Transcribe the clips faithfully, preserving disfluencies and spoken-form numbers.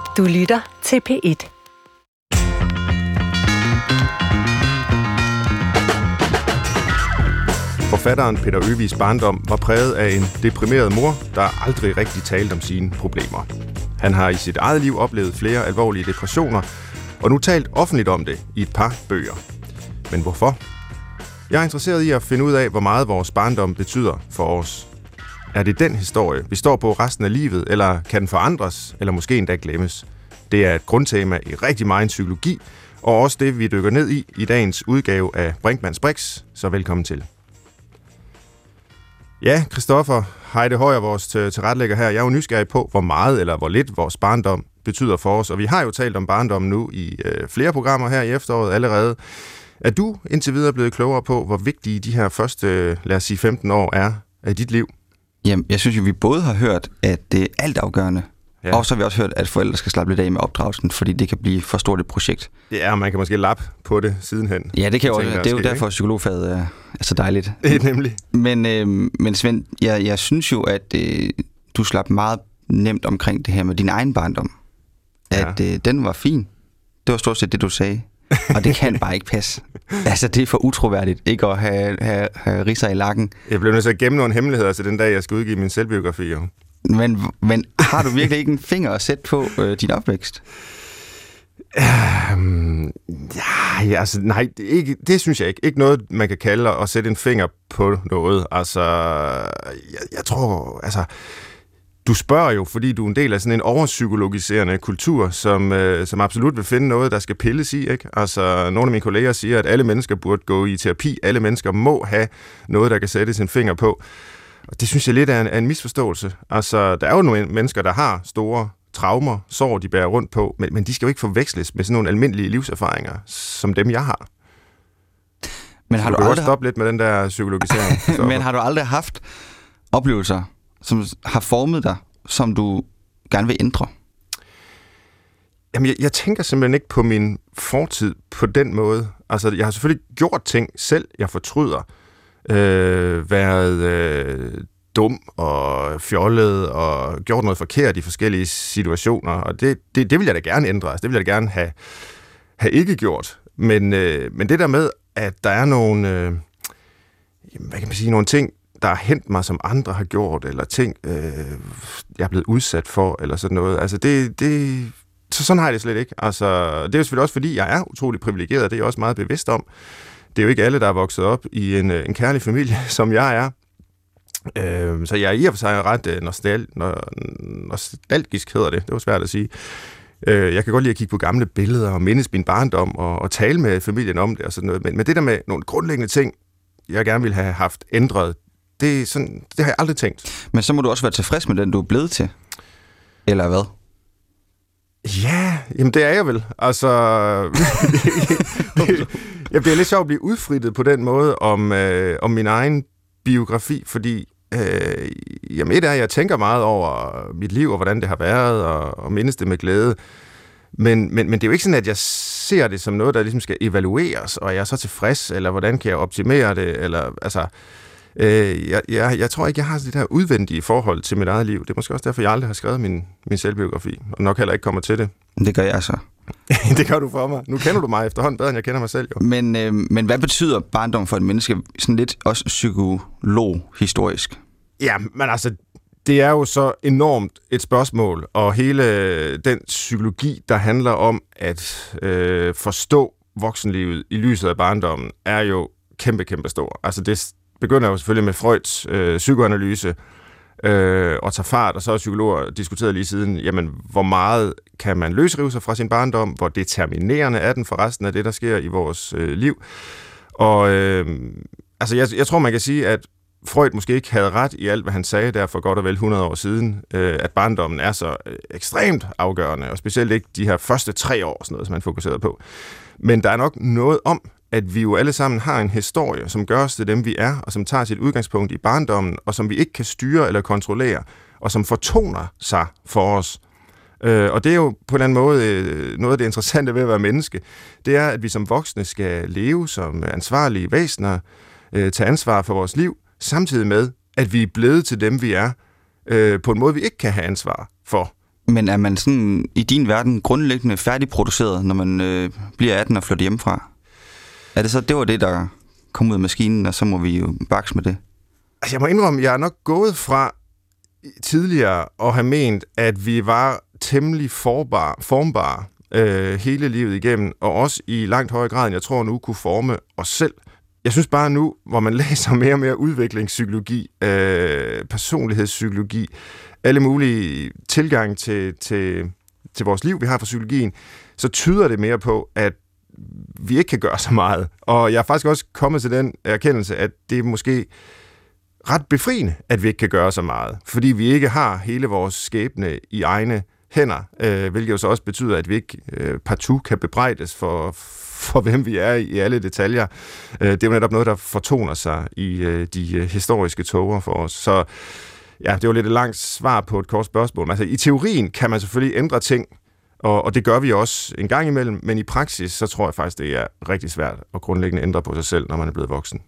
Du lytter til P et. Forfatteren Peter Øvigs barndom var præget af en deprimeret mor, der aldrig rigtig talte om sine problemer. Han har i sit eget liv oplevet flere alvorlige depressioner, og nu talt offentligt om det i et par bøger. Men hvorfor? Jeg er interesseret i at finde ud af, hvor meget vores barndom betyder for os. Er det den historie, vi står på resten af livet, eller kan den forandres, eller måske endda glemmes? Det er et grundtema i rigtig meget psykologi, og også det, vi dykker ned i i dagens udgave af Brinkmanns Brix, så velkommen til. Ja, Christoffer Heide Højer, vores tilrettelægger her. Jeg er jo nysgerrig på, hvor meget eller hvor lidt vores barndom betyder for os, og vi har jo talt om barndom nu i øh, flere programmer her i efteråret allerede. Er du indtil videre blevet klogere på, hvor vigtige de her første, lad os sige, femten år er af dit liv? Jamen, jeg synes jo, vi både har hørt, at det er altafgørende, ja. Og så har vi også hørt, at forældre skal slappe lidt af med opdragelsen, fordi det kan blive for stort et projekt. Det er, man kan måske lappe på det sidenhen. Ja, det kan jo også. Det er jo derfor, at psykologfaget er, er så dejligt. Det er nemlig. Men, øh, men Svend, jeg, jeg synes jo, at øh, du slap meget nemt omkring det her med din egen barndom. At ja. øh, den var fin. Det var stort set det, du sagde. Og det kan bare ikke passe. Altså, det er for utroværdigt ikke at have, have, have ridser i lakken. Jeg blev nødt til at gemme nogle hemmeligheder til den dag, jeg skal udgive min selvbiografi. Jo. Men, men har du virkelig ikke en finger at sætte på øh, din opvækst? Um, ja, altså, nej, det, ikke, det synes jeg ikke. Ikke noget, man kan kalde at sætte en finger på noget. Altså, jeg, jeg tror, altså... Du spørger jo, fordi du er en del af sådan en overpsykologiserende kultur, som, øh, som absolut vil finde noget, der skal pilles i, ikke? Altså, nogle af mine kolleger siger, at alle mennesker burde gå i terapi. Alle mennesker må have noget, der kan sætte sin finger på. Og det synes jeg lidt er en, er en misforståelse. Altså, der er jo nogle mennesker, der har store traumer, sår, de bærer rundt på, men, men de skal jo ikke forveksles med sådan nogle almindelige livserfaringer, som dem, jeg har. Men har du, du aldrig stoppe lidt med den der psykologisering? Men har du aldrig haft oplevelser, som har formet dig, som du gerne vil ændre? Jamen, jeg, jeg tænker simpelthen ikke på min fortid på den måde. Altså, jeg har selvfølgelig gjort ting selv, jeg fortryder. Øh, været øh, dum og fjollet og gjort noget forkert i forskellige situationer, og det, det, det vil jeg da gerne ændre. Altså, det vil jeg da gerne have, have ikke gjort. Men, øh, men det der med, at der er nogle, øh, hvad kan man sige, nogle ting, der har hændt mig, som andre har gjort, eller ting, øh, jeg er blevet udsat for, eller sådan noget. Altså, det, det, så sådan har jeg det slet ikke. Altså, det er jo selvfølgelig også, fordi jeg er utrolig privilegeret, og det er jeg også meget bevidst om. Det er jo ikke alle, der er vokset op i en, en kærlig familie, som jeg er. Øh, så jeg er i og for sig ret nostal- nostalgisk, hedder det. Det var svært at sige. Øh, jeg kan godt lide at kigge på gamle billeder og mindes min barndom, og, og tale med familien om det, og sådan noget. Men, men det der med nogle grundlæggende ting, jeg gerne ville have haft ændret, Det, er sådan, det har jeg aldrig tænkt. Men så må du også være tilfreds med den, du er blevet til. Eller hvad? Ja, jamen det er jeg vel. Altså, det, jeg bliver lidt sjovt at blive udfrittet på den måde om, øh, om min egen biografi, fordi øh, jamen et er, jeg tænker meget over mit liv og hvordan det har været, og, og mindes det med glæde. Men, men, men det er jo ikke sådan, at jeg ser det som noget, der ligesom skal evalueres, og jeg er så tilfreds, eller hvordan kan jeg optimere det, eller altså... Øh, jeg, jeg, jeg tror ikke, jeg har det der udvendige forhold til mit eget liv. Det er måske også derfor, jeg aldrig har skrevet min, min selvbiografi, og nok heller ikke kommer til det. Det gør jeg så. Det gør du for mig. Nu kender du mig efterhånden bedre, end jeg kender mig selv. Jo. Men, øh, men hvad betyder barndom for et menneske? Sådan lidt også psykolog-historisk. Ja, men altså, det er jo så enormt et spørgsmål, og hele den psykologi, der handler om at øh, forstå voksenlivet i lyset af barndommen, er jo kæmpe, kæmpe stor. Altså, det begynder jo selvfølgelig med Freuds øh, psykoanalyse øh, og tager fart, og så har psykologer diskuteret lige siden, jamen, hvor meget kan man løsrive sig fra sin barndom, hvor determinerende er den for resten af det, der sker i vores øh, liv. Og øh, altså, jeg, jeg tror, man kan sige, at Freud måske ikke havde ret i alt, hvad han sagde der for godt og vel hundrede år siden, øh, at barndommen er så øh, ekstremt afgørende, og specielt ikke de her første tre år, sådan noget, som han fokuserede på. Men der er nok noget om, at vi jo alle sammen har en historie, som gør os til dem, vi er, og som tager sit udgangspunkt i barndommen, og som vi ikke kan styre eller kontrollere, og som fortoner sig for os. Øh, og det er jo på en eller anden måde øh, noget af det interessante ved at være menneske. Det er, at vi som voksne skal leve som ansvarlige væsener, øh, tage ansvar for vores liv, samtidig med, at vi er blevet til dem, vi er, øh, på en måde, vi ikke kan have ansvar for. Men er man sådan i din verden grundlæggende færdigproduceret, når man øh, bliver atten og flytter hjemmefra? Er det så, det var det, der kom ud af maskinen, og så må vi jo bakse med det? Altså, jeg må indrømme, jeg er nok gået fra tidligere at have ment, at vi var temmelig forbar, formbare øh, hele livet igennem, og også i langt højere grad, end jeg tror nu, kunne forme os selv. Jeg synes bare nu, hvor man læser mere og mere udviklingspsykologi, øh, personlighedspsykologi, alle mulige tilgang til, til, til vores liv, vi har fra psykologien, så tyder det mere på, at vi ikke kan gøre så meget. Og jeg er faktisk også kommet til den erkendelse, at det er måske ret befriende, at vi ikke kan gøre så meget, fordi vi ikke har hele vores skæbne i egne hænder, øh, hvilket jo så også betyder, at vi ikke øh, partout kan bebrejdes for, for hvem vi er i, i alle detaljer. Øh, det er jo netop noget, der fortoner sig i øh, de øh, historiske tåger for os. Så ja, det var lidt et langt svar på et kort spørgsmål. Altså, i teorien kan man selvfølgelig ændre ting, og, og det gør vi også en gang imellem, men i praksis, så tror jeg faktisk, det er rigtig svært at grundlæggende ændre på sig selv, når man er blevet voksen.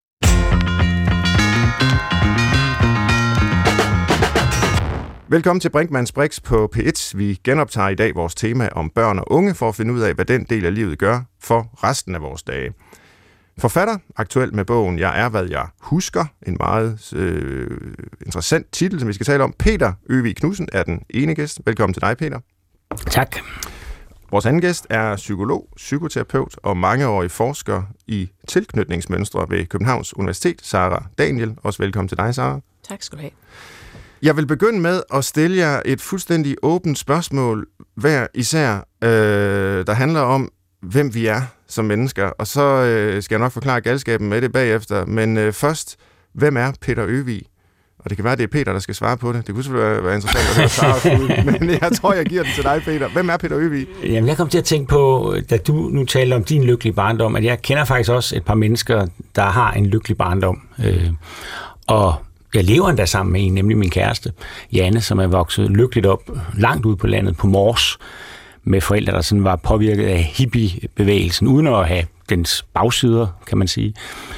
Velkommen til Brinkmanns Brix på P et. Vi genoptager i dag vores tema om børn og unge for at finde ud af, hvad den del af livet gør for resten af vores dage. Forfatter, aktuelt med bogen Jeg er, hvad jeg husker, en meget øh, interessant titel, som vi skal tale om. Peter Øvig Knudsen er den ene gæst. Velkommen til dig, Peter. Tak. Vores anden gæst er psykolog, psykoterapeut og mangeårig forsker i tilknytningsmønstre ved Københavns Universitet, Sara Daniel. Også velkommen til dig, Sara. Tak skal du have. Jeg vil begynde med at stille jer et fuldstændig åbent spørgsmål, hver især, øh, der handler om, hvem vi er som mennesker. Og så øh, skal jeg nok forklare galskaben med det bagefter. Men øh, først, hvem er Peter Øvig? Og det kan være, det er Peter, der skal svare på det. Det kunne selvfølgelig være, være interessant at høre Sara ud, men jeg tror, jeg giver den til dig, Peter. Hvem er Peter Øvig? Jamen, jeg kom til at tænke på, da du nu taler om din lykkelige barndom, at jeg kender faktisk også et par mennesker, der har en lykkelig barndom. Øh, og jeg lever endda sammen med en, nemlig min kæreste, Janne, som er vokset lykkeligt op langt ude på landet på Mors, med forældre, der sådan var påvirket af hippiebevægelsen, uden at have dens bagsider, kan man sige.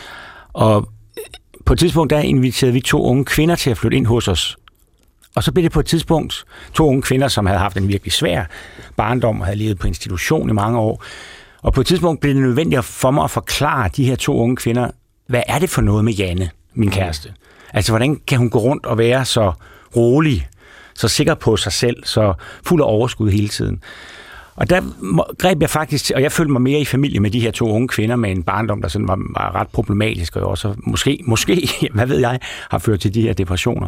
Og på et tidspunkt, der inviterede vi to unge kvinder til at flytte ind hos os. Og så blev det på et tidspunkt to unge kvinder, som havde haft en virkelig svær barndom og havde levet på institution i mange år. Og på et tidspunkt blev det nødvendigt for mig at forklare de her to unge kvinder, hvad er det for noget med Janne, min kæreste? Altså, hvordan kan hun gå rundt og være så rolig, så sikker på sig selv, så fuld af overskud hele tiden? Og der greb jeg faktisk, og jeg følte mig mere i familie med de her to unge kvinder med en barndom, der sådan var, var ret problematisk, og også måske, måske, hvad ved jeg, har ført til de her depressioner.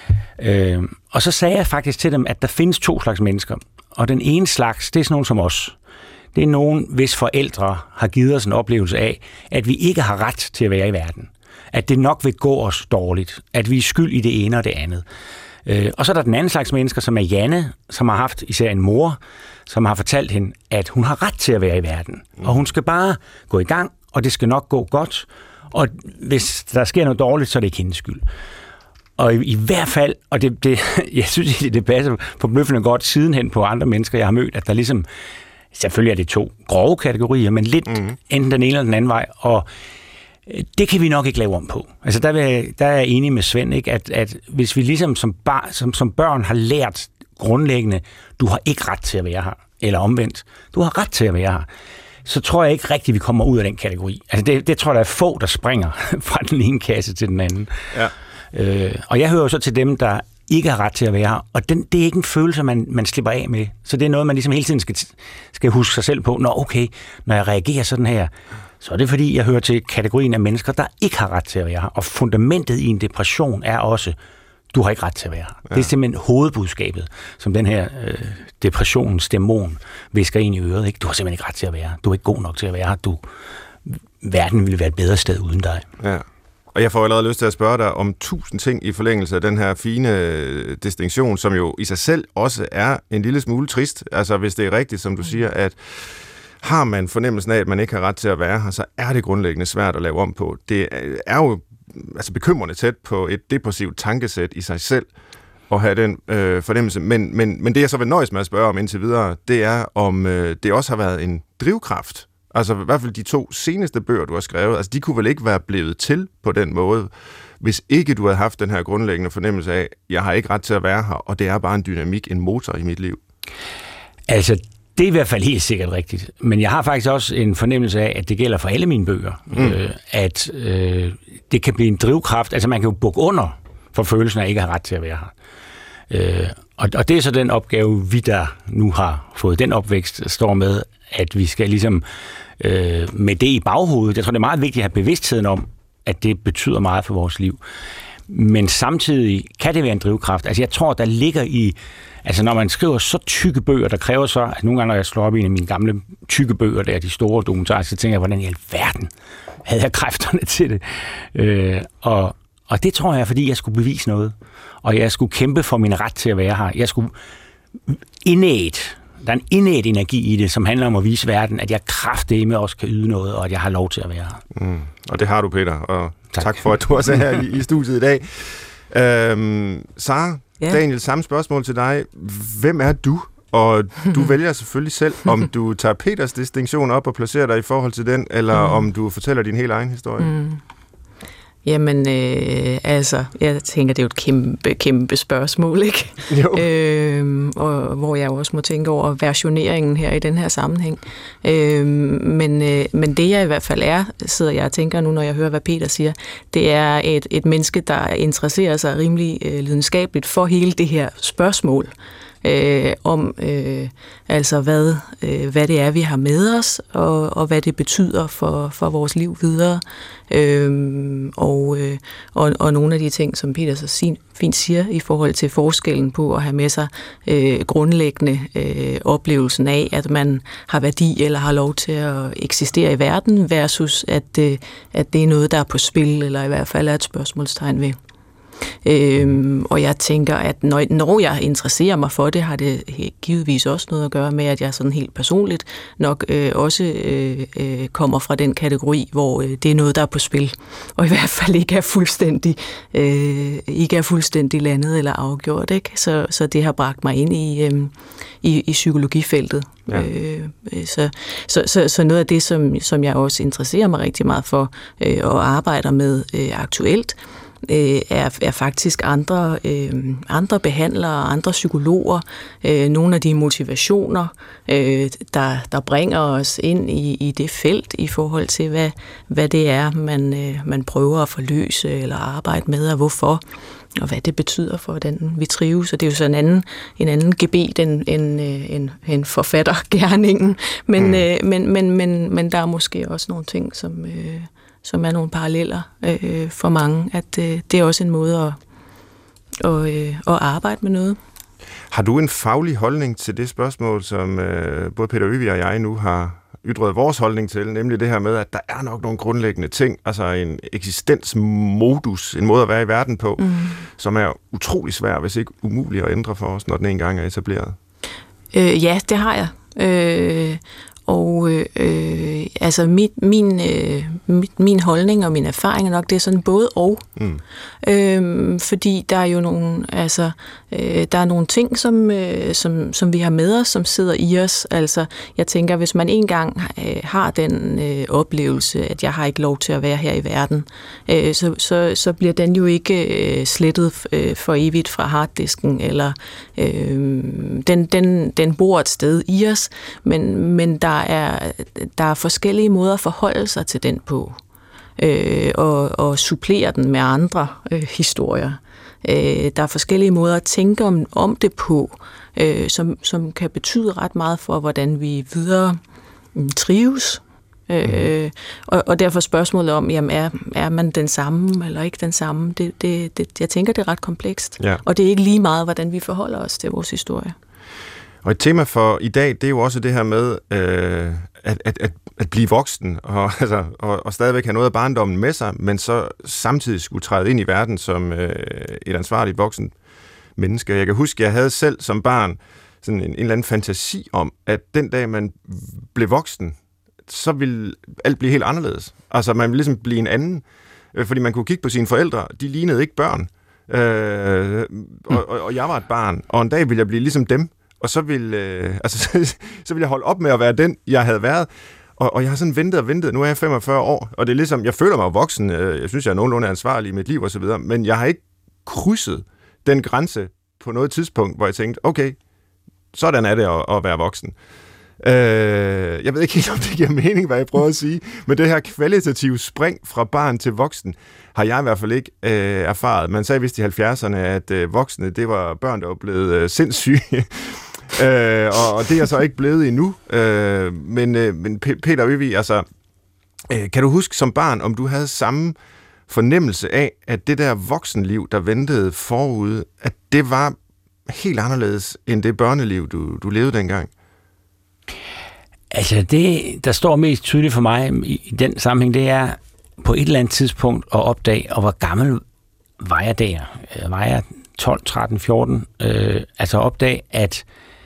Øh, og så sagde jeg faktisk til dem, at der findes to slags mennesker, og den ene slags, det er sådan nogen som os. Det er nogen, hvis forældre har givet os en oplevelse af, at vi ikke har ret til at være i verden. At det nok vil gå os dårligt. At vi er skyld i det ene og det andet. Øh, og så er der den anden slags mennesker, som er Janne, som har haft især en mor, som har fortalt hende, at hun har ret til at være i verden. Og hun skal bare gå i gang, og det skal nok gå godt. Og hvis der sker noget dårligt, så er det ikke hendes skyld. Og i, i hvert fald, og det, det, jeg synes, det, det passer forbløffende godt sidenhen på andre mennesker, jeg har mødt, at der ligesom, selvfølgelig er det to grove kategorier, men lidt mm-hmm. enten den ene eller den anden vej, og det kan vi nok ikke lave om på. Altså der, vil, der er jeg enig med Svend, ikke? At, at hvis vi ligesom som, bar, som, som børn har lært grundlæggende, du har ikke ret til at være her, eller omvendt, du har ret til at være her, så tror jeg ikke rigtigt, vi kommer ud af den kategori. Altså det, det tror jeg, der er få, der springer fra den ene kasse til den anden. Ja. Øh, og jeg hører jo så til dem, der ikke har ret til at være her, og den, det er ikke en følelse, man, man slipper af med. Så det er noget, man ligesom hele tiden skal, skal huske sig selv på. Nå okay, når jeg reagerer sådan her, så er det fordi, jeg hører til kategorien af mennesker, der ikke har ret til at være her. Og fundamentet i en depression er også, du har ikke ret til at være her. Ja. Det er simpelthen hovedbudskabet, som den her øh, depressionens dæmon visker ind i øret. Ikke? Du har simpelthen ikke ret til at være her. Du er ikke god nok til at være her. Du, verden ville være et bedre sted uden dig. Ja. Og jeg får allerede lyst til at spørge dig om tusind ting i forlængelse af den her fine distinktion, som jo i sig selv også er en lille smule trist. Altså hvis det er rigtigt, som du siger, at har man fornemmelsen af, at man ikke har ret til at være her, så er det grundlæggende svært at lave om på. Det er jo altså bekymrende tæt på et depressivt tankesæt i sig selv at have den øh, fornemmelse. Men, men, men det, jeg så vil nøjes med at spørge om indtil videre, det er, om øh, det også har været en drivkraft. Altså i hvert fald de to seneste bøger, du har skrevet, altså de kunne vel ikke være blevet til på den måde, hvis ikke du havde haft den her grundlæggende fornemmelse af, jeg har ikke ret til at være her, og det er bare en dynamik, en motor i mit liv? Altså, det er i hvert fald helt sikkert rigtigt. Men jeg har faktisk også en fornemmelse af, at det gælder for alle mine bøger. Mm. Øh, at øh, det kan blive en drivkraft. Altså, man kan jo bukke under for følelsen af ikke at have ret til at være her. Øh, og, og det er så den opgave, vi der nu har fået den opvækst, står med, at vi skal ligesom øh, med det i baghovedet. Jeg tror, det er meget vigtigt at have bevidstheden om, at det betyder meget for vores liv. Men samtidig kan det være en drivkraft. Altså, jeg tror, der ligger i... Altså, når man skriver så tykke bøger, der kræver så... At nogle gange, når jeg slår op i en af mine gamle tykke bøger, der er de store dokumentarer, så tænker jeg, hvordan i alverden havde jeg kræfterne til det? Øh, og, og det tror jeg, fordi jeg skulle bevise noget. Og jeg skulle kæmpe for min ret til at være her. Jeg skulle indæt... Der er en indæt energi i det, som handler om at vise verden, at jeg kraftedeme også kan yde noget, og at jeg har lov til at være her. Mm. Og det har du, Peter. Og tak, tak for, at du også er her i, i studiet i dag. Øhm, Sara, ja. Daniel, samme spørgsmål til dig. Hvem er du? Og du vælger selvfølgelig selv, om du tager Peters distinktion op og placerer dig i forhold til den, eller mm. om du fortæller din helt egen historie. Mm. Jamen, øh, altså, jeg tænker, det er jo et kæmpe, kæmpe spørgsmål, ikke? Jo. Øh, og hvor jeg også må tænke over versioneringen her i den her sammenhæng. Øh, men, øh, men det jeg i hvert fald er, sidder jeg og tænker nu, når jeg hører, hvad Peter siger, det er et, et menneske, der interesserer sig rimelig øh, lidenskabeligt for hele det her spørgsmål. Øh, om øh, altså hvad, øh, hvad det er, vi har med os, og, og hvad det betyder for, for vores liv videre. Øh, og, øh, og, og nogle af de ting, som Peter så sin, fint siger, i forhold til forskellen på at have med sig øh, grundlæggende øh, oplevelsen af, at man har værdi eller har lov til at eksistere i verden, versus at, øh, at det er noget, der er på spil, eller i hvert fald er et spørgsmålstegn ved. Øhm, og jeg tænker, at når, når jeg interesserer mig for det, har det givetvis også noget at gøre med, at jeg sådan helt personligt nok øh, også øh, øh, kommer fra den kategori, hvor øh, det er noget, der er på spil, og i hvert fald ikke er fuldstændig, øh, ikke er fuldstændig landet eller afgjort, ikke? Så, så det har bragt mig ind i, øh, i, i psykologifeltet. Ja. Øh, så, så, så, så noget af det, som, som jeg også interesserer mig rigtig meget for øh, og arbejder med øh, aktuelt, Er, er faktisk andre, øh, andre behandlere, andre psykologer, øh, nogle af de motivationer, øh, der, der bringer os ind i, i det felt i forhold til, hvad, hvad det er, man, øh, man prøver at forløse eller arbejde med, og hvorfor, og hvad det betyder for, hvordan vi trives. Og det er jo så en anden, en anden gebet end, end, end, end forfattergerningen, men, mm. øh, men, men, men, men der er måske også nogle ting, som... Øh, som er nogle paralleller øh, for mange, at øh, det er også en måde at, at, øh, at arbejde med noget. Har du en faglig holdning til det spørgsmål, som øh, både Peter Øvig og jeg nu har ytret vores holdning til, nemlig det her med, at der er nok nogle grundlæggende ting, altså en eksistensmodus, en måde at være i verden på, mm. som er utrolig svær, hvis ikke umulig at ændre for os, når den engang er etableret? Øh, ja, det har jeg. Øh, Og øh, altså mit, min, øh, mit, min holdning og min erfaring er nok, det er sådan både og. Mm. Øh, fordi der er jo nogle, altså, øh, der er nogle ting, som, øh, som, som vi har med os, som sidder i os. Altså, jeg tænker, hvis man engang øh, har den øh, oplevelse, at jeg har ikke lov til at være her i verden, øh, så, så, så bliver den jo ikke øh, slettet øh, for evigt fra harddisken, eller øh, den, den, den bor et sted i os, men, men der Der er, der er forskellige måder at forholde sig til den på, øh, og, og supplere den med andre øh, historier. Øh, der er forskellige måder at tænke om, om det på, øh, som, som kan betyde ret meget for, hvordan vi videre øh, trives. Øh, og, og derfor spørgsmålet om, jamen er, er man den samme eller ikke den samme, det, det, det, jeg tænker, det er ret komplekst. Ja. Og det er ikke lige meget, hvordan vi forholder os til vores historie. Og et tema for i dag, det er jo også det her med øh, at, at, at, at blive voksen, og, altså, og, og stadigvæk have noget af barndommen med sig, men så samtidig skulle træde ind i verden som øh, et ansvarligt voksen menneske. Jeg kan huske, jeg havde selv som barn sådan en, en eller anden fantasi om, at den dag man blev voksen, så ville alt blive helt anderledes. Altså man ville ligesom blive en anden, øh, fordi man kunne kigge på sine forældre, de lignede ikke børn, øh, og, og, og jeg var et barn, og en dag ville jeg blive ligesom dem. Og så ville, øh, altså, så, så ville jeg holde op med at være den, jeg havde været. Og, og jeg har sådan ventet og ventet. Nu er jeg femogfyrre år, og det er ligesom, jeg føler mig voksen. Jeg synes, jeg er nogenlunde ansvarlig i mit liv og så videre, men jeg har ikke krydset den grænse på noget tidspunkt, hvor jeg tænkte, okay, sådan er det at, at være voksen. Øh, jeg ved ikke helt, om det giver mening, hvad jeg prøver at sige, men det her kvalitative spring fra barn til voksen, har jeg i hvert fald ikke øh, erfaret. Man sagde vist i halvfjerdserne, at øh, voksne, det var børn, der var blevet øh, sindssyge, øh, og, og det er jeg så ikke blevet endnu. Øh, men, øh, men Peter Øvig, altså, øh, kan du huske som barn, om du havde samme fornemmelse af, at det der voksenliv, der ventede forude, at det var helt anderledes end det børneliv, du, du levede dengang? Altså det, der står mest tydeligt for mig i, i den sammenhæng, det er på et eller andet tidspunkt at opdage, og hvor gammel var jeg der? Var jeg tolv, tretten, fjorten? Øh, altså opdage, at,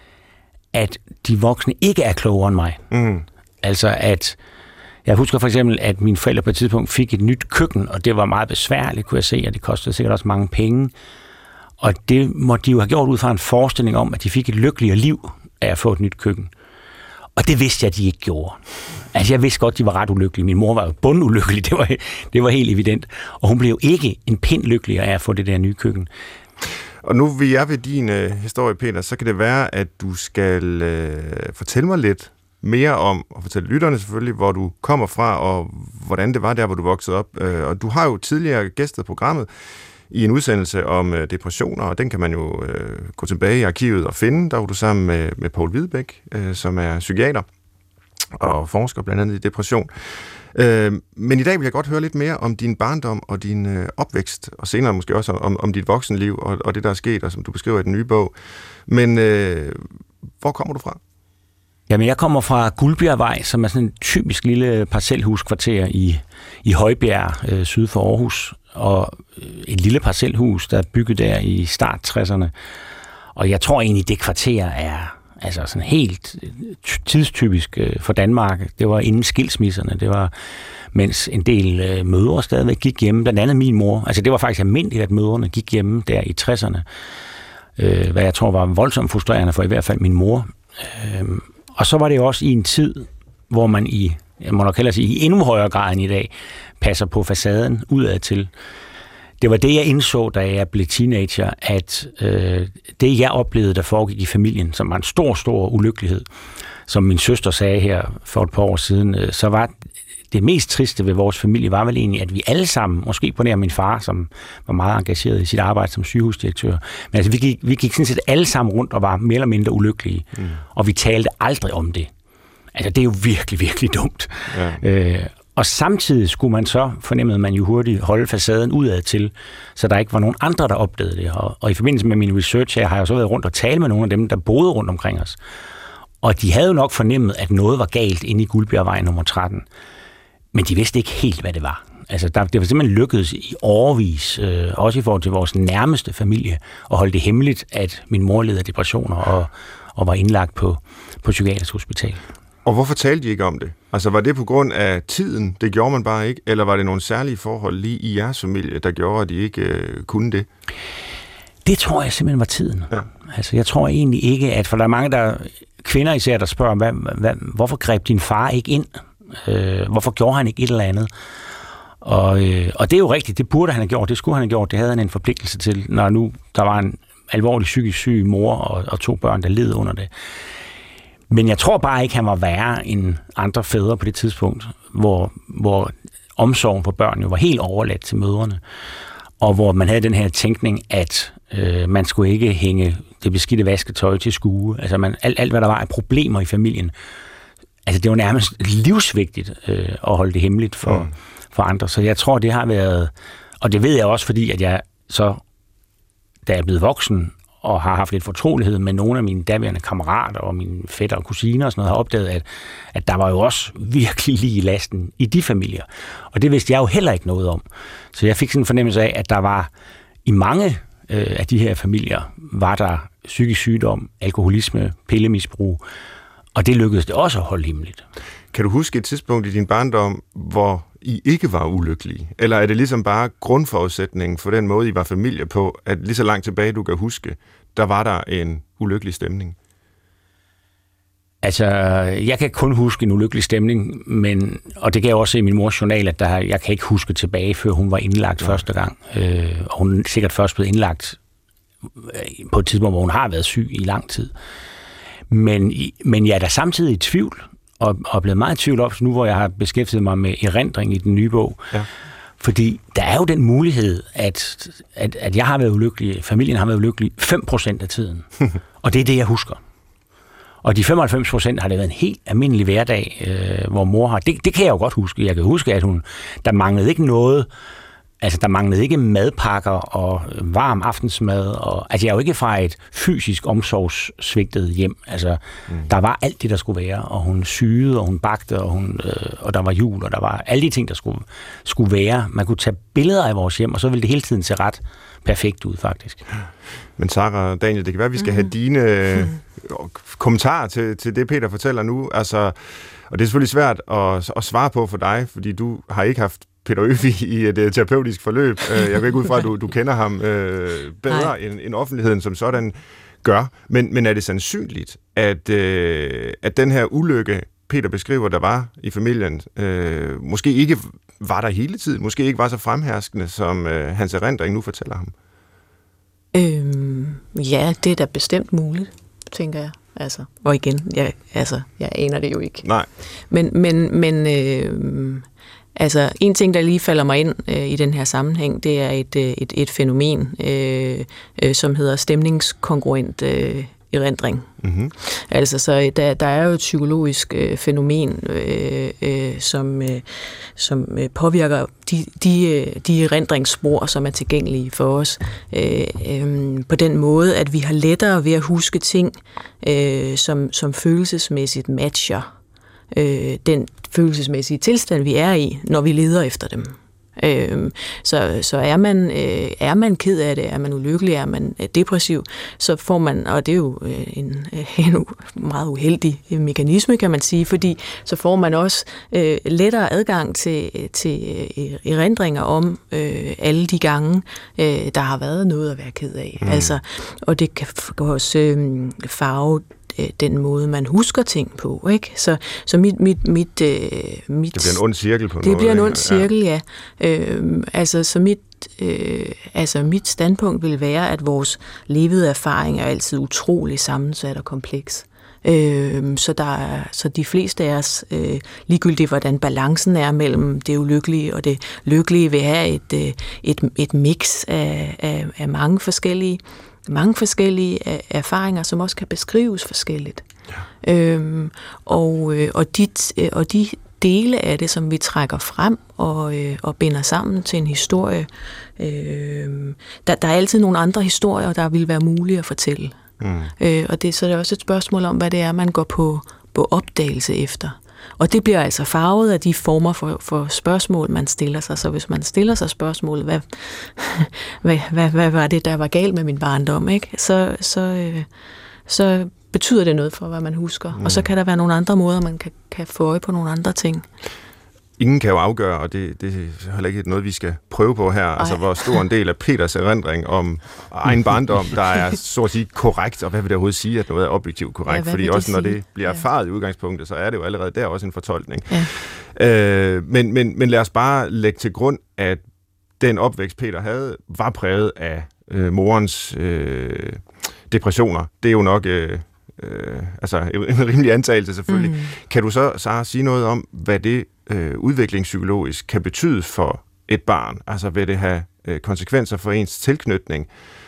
at de voksne ikke er klogere end mig. Mm. Altså at, jeg husker for eksempel, at mine forældre på et tidspunkt fik et nyt køkken, og det var meget besværligt, kunne jeg se, og det kostede sikkert også mange penge. Og det måtte de jo have gjort ud fra en forestilling om, at de fik et lykkeligere liv af at få et nyt køkken. Og det vidste jeg, at de ikke gjorde. Altså, jeg vidste godt, de var ret ulykkelige. Min mor var jo bundulykkelig, det var, det var helt evident. Og hun blev jo ikke en pind lykkeligere af at få det der nye køkken. Og nu vil jeg ved din øh, historie, Peter, så kan det være, at du skal øh, fortælle mig lidt mere om, og fortælle lytterne selvfølgelig, hvor du kommer fra, og hvordan det var der, hvor du voksede op. Øh, og du har jo tidligere gæstet programmet i en udsendelse om øh, depressioner, og den kan man jo øh, gå tilbage i arkivet og finde. Der var du sammen med, med Poul Hvidebæk, øh, som er psykiater og forsker blandt andet i depression. Øh, men i dag vil jeg godt høre lidt mere om din barndom og din øh, opvækst, og senere måske også om, om dit voksenliv og, og det, der er sket, og som du beskriver i den nye bog. Men øh, hvor kommer du fra? Jamen, jeg kommer fra Guldbjergvej, som er sådan et typisk lille parcelhuskvarter i, i Højbjerg, øh, syd for Aarhus. Og et lille parcelhus, der er bygget der i start tresserne. Og jeg tror egentlig, det kvarter er altså sådan helt tidstypisk for Danmark. Det var inden skilsmisserne. Det var, mens en del mødre stadigvæk gik hjemme. Blandt andet min mor. Altså det var faktisk almindeligt, at mødrene gik hjemme der i tresserne. Hvad jeg tror var voldsomt frustrerende for i hvert fald min mor. Og så var det jo også i en tid, hvor man i, jeg må nok hellere sige, i endnu højere grad end i dag, passer på facaden udad til. Det var det, jeg indså, da jeg blev teenager, at øh, det, jeg oplevede, der foregik i familien, som var en stor, stor ulykkelighed, som min søster sagde her for et par år siden, øh, så var det mest triste ved vores familie, var vel egentlig, at vi alle sammen, måske på nær min far, som var meget engageret i sit arbejde som sygehusdirektør, men altså, vi gik, vi gik sådan set alle sammen rundt og var mere eller mindre ulykkelige, mm. og vi talte aldrig om det. Altså, det er jo virkelig, virkelig dumt. Ja. Øh, Og samtidig skulle man så, fornemmede man jo hurtigt, holde facaden udad til, så der ikke var nogen andre, der opdagede det. Og, og i forbindelse med min research her, har jeg så været rundt og tale med nogle af dem, der boede rundt omkring os. Og de havde jo nok fornemmet, at noget var galt inde i Guldbjergvej nummer tretten. Men de vidste ikke helt, hvad det var. Altså, der, det var simpelthen lykkedes i årevis, øh, også i forhold til vores nærmeste familie, at holde det hemmeligt, at min mor led af depressioner og, og var indlagt på, på psykiatrisk hospital. Og hvorfor talte de ikke om det? Altså, var det på grund af tiden, det gjorde man bare ikke, eller var det nogle særlige forhold lige i jeres familie, der gjorde, at de ikke øh, kunne det? Det tror jeg simpelthen var tiden. Ja. Altså, jeg tror egentlig ikke, at for der er mange der kvinder især, der spørger, hvad, hvad, hvorfor greb din far ikke ind? Øh, hvorfor gjorde han ikke et eller andet? Og, øh, og det er jo rigtigt, det burde han have gjort, det skulle han have gjort, det havde han en forpligtelse til, når nu der var en alvorlig psykisk syg mor og, og to børn, der led under det. Men jeg tror bare ikke, han var værre end andre fædre på det tidspunkt, hvor, hvor omsorgen for børn jo var helt overladt til mødrene, og hvor man havde den her tænkning, at øh, man skulle ikke hænge det beskidte vasketøj til skue. Altså man, alt, alt, hvad der var af problemer i familien, altså det var nærmest livsvigtigt øh, at holde det hemmeligt for, mm. for andre. Så jeg tror, det har været, og det ved jeg også, fordi at jeg så, da jeg er blevet voksen, og har haft lidt fortrolighed med nogle af mine daværende kammerater og mine fætter og kusiner og sådan noget, har opdaget, at, at der var jo også virkelig lige lasten i de familier. Og det vidste jeg jo heller ikke noget om. Så jeg fik sådan en fornemmelse af, at der var i mange øh, af de her familier, var der psykisk sygdom, alkoholisme, pillemisbrug, og det lykkedes det også at holde hemmeligt. Kan du huske et tidspunkt i din barndom, hvor I ikke var ulykkelige? Eller er det ligesom bare grundforudsætningen for den måde, I var familie på, at lige så langt tilbage, du kan huske, der var der en ulykkelig stemning? Altså, jeg kan kun huske en ulykkelig stemning, men, og det kan jeg også se i min mors journal, at der, jeg kan ikke huske tilbage, før hun var indlagt ja. første gang. Øh, og hun er sikkert først blevet indlagt på et tidspunkt, hvor hun har været syg i lang tid. Men, men jeg er da samtidig i tvivl, og, og er blevet meget i tvivl op, nu hvor jeg har beskæftiget mig med erindring i den nye bog. Ja. Fordi der er jo den mulighed, at, at, at jeg har været ulykkelig, familien har været ulykkelig fem procent af tiden. Og det er det, jeg husker. Og de femoghalvfems procent har det været en helt almindelig hverdag, øh, hvor mor har... Det, det kan jeg jo godt huske. Jeg kan huske, at hun... Der manglede ikke noget... Altså, der manglede ikke madpakker og varm aftensmad. Og, altså, jeg er jo ikke fra et fysisk omsorgssvigtet hjem. Altså, mm. der var alt det, der skulle være. Og hun syede, og hun bagte, og, hun, øh, og der var jul, og der var alle de ting, der skulle, skulle være. Man kunne tage billeder af vores hjem, og så ville det hele tiden se ret perfekt ud, faktisk. Men Sara og Daniel, det kan være, at vi skal mm-hmm. have dine mm. kommentarer til, til det, Peter fortæller nu. Altså, og det er selvfølgelig svært at, at svare på for dig, fordi du har ikke haft Peter Øvig i et uh, terapeutisk forløb. Uh, jeg går ikke ud fra, at du, du kender ham uh, bedre end, end offentligheden som sådan gør. Men, men er det sandsynligt, at, uh, at den her ulykke, Peter beskriver, der var i familien, uh, måske ikke var der hele tiden, måske ikke var så fremherskende, som uh, hans erindring nu fortæller ham? Øhm, ja, det er da bestemt muligt, tænker jeg. Altså, og igen, jeg, altså, jeg aner det jo ikke. Nej. Men, men, men øh, altså, en ting, der lige falder mig ind øh, i den her sammenhæng, det er et, et, et fænomen, øh, øh, som hedder stemningskongruent øh, erindring. Mm-hmm. Altså, så der, der er jo et psykologisk øh, fænomen, øh, øh, som, øh, som øh, påvirker de, de, de erindringsspor, som er tilgængelige for os, øh, øh, på den måde, at vi har lettere ved at huske ting, øh, som, som følelsesmæssigt matcher øh, den følelsesmæssige tilstand, vi er i, når vi leder efter dem. Øhm, så, så er man øh, er man ked af det, er man ulykkelig, er man øh, depressiv, så får man, og det er jo øh, en, øh, en meget uheldig mekanisme, kan man sige, fordi så får man også øh, lettere adgang til, til øh, erindringer om øh, alle de gange, øh, der har været noget at være ked af. Mm. Altså, og det kan også øh, farve den måde, man husker ting på, ikke? Så, så mit, mit, mit, øh, mit... Det bliver en ond cirkel på det noget. Det bliver en ond cirkel, ja. ja. Øh, altså, så mit, øh, altså, mit standpunkt vil være, at vores levede erfaring er altid utrolig sammensat og kompleks. Øh, så, der er, så de fleste af os, øh, ligegyldigt hvordan balancen er mellem det ulykkelige og det lykkelige, vil have et, et, et mix af, af, af mange forskellige mange forskellige erfaringer, som også kan beskrives forskelligt. Ja. Øhm, og, og, de, og de dele af det, som vi trækker frem og, og binder sammen til en historie, øhm, der, der er altid nogle andre historier, der vil være mulige at fortælle. Mm. Øh, og det, så er det også et spørgsmål om, hvad det er, man går på, på opdagelse efter. Og det bliver altså farvet af de former for, for spørgsmål, man stiller sig. Så hvis man stiller sig spørgsmålet, hvad, hvad, hvad, hvad var det, der var galt med min barndom, ikke? Så, så, øh, så betyder det noget for, hvad man husker. Mm. Og så kan der være nogle andre måder, man kan, kan få øje på nogle andre ting. Ingen kan jo afgøre, og det, det er heller ikke noget, vi skal prøve på her, Ej. altså hvor stor en del af Peters erindring om egen barndom, der er så at sige korrekt, og hvad vil det overhovedet sige, at noget er objektivt korrekt? Ja, fordi også når sige? det bliver erfaret ja. i udgangspunktet, så er det jo allerede der også en fortolkning. Ja. Øh, men, men, men lad os bare lægge til grund, at den opvækst, Peter havde, var præget af øh, morens øh, depressioner. Det er jo nok... Øh, Øh, altså en rimelig antagelse selvfølgelig. Mm. Kan du så, Sara, sige noget om, hvad det øh, udviklingspsykologisk kan betyde for et barn? Altså vil det have øh, konsekvenser for ens tilknytning?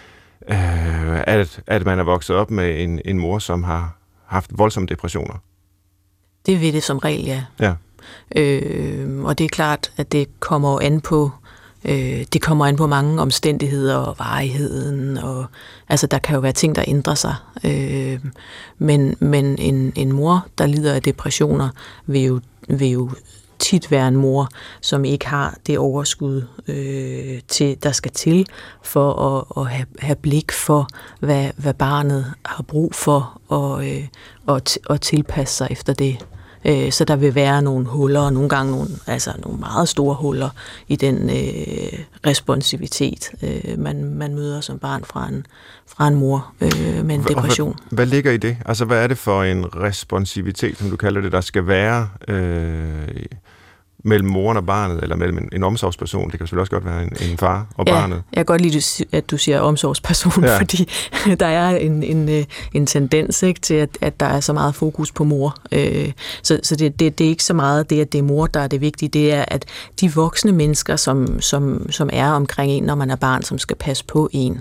Øh, at, at man er vokset op med en, en mor, som har haft voldsomme depressioner? Det vil det som regel, ja. ja. Øh, og det er klart, at det kommer an på Øh, det kommer an på mange omstændigheder og varigheden, og altså der kan jo være ting, der ændrer sig. Øh, men men en, en mor, der lider af depressioner, vil jo, vil jo tit være en mor, som ikke har det overskud, øh, til, der skal til for at, at have, have blik for, hvad, hvad barnet har brug for, og, øh, og, t- og tilpasse sig efter det. Øh, så der vil være nogle huller, og nogle gange nogle, altså nogle meget store huller i den øh, responsivitet, øh, man, man møder som barn fra en, fra en mor øh, med en depression. Hvad, hvad ligger i det? Altså, hvad er det for en responsivitet, som du kalder det, der skal være øh, mellem moren og barnet, eller mellem en, en omsorgsperson? Det kan selvfølgelig også godt være en, en far og ja, barnet. Jeg kan godt lide, at du siger omsorgsperson, ja. Fordi der er en, en, en tendens ikke, til, at, at der er så meget fokus på mor. Øh, så så det, det, det er ikke så meget det, at det er mor, der er det vigtige. Det er, at de voksne mennesker, som, som, som er omkring en, når man er barn, som skal passe på en,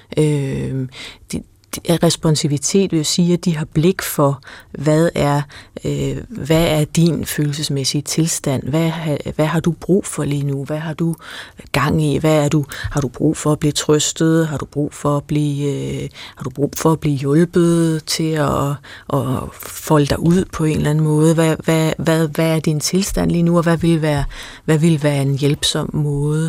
øh, de, responsivitet vil sige, at de har blik for, hvad er, øh, hvad er din følelsesmæssige tilstand? Hvad, hvad har du brug for lige nu? Hvad har du gang i? Hvad er du, har du brug for at blive trøstet? Har du brug for at blive, øh, har du brug for at blive hjulpet til at, at folde dig ud på en eller anden måde? Hvad, hvad, hvad, hvad er din tilstand lige nu, og hvad vil være, hvad vil være en hjælpsom måde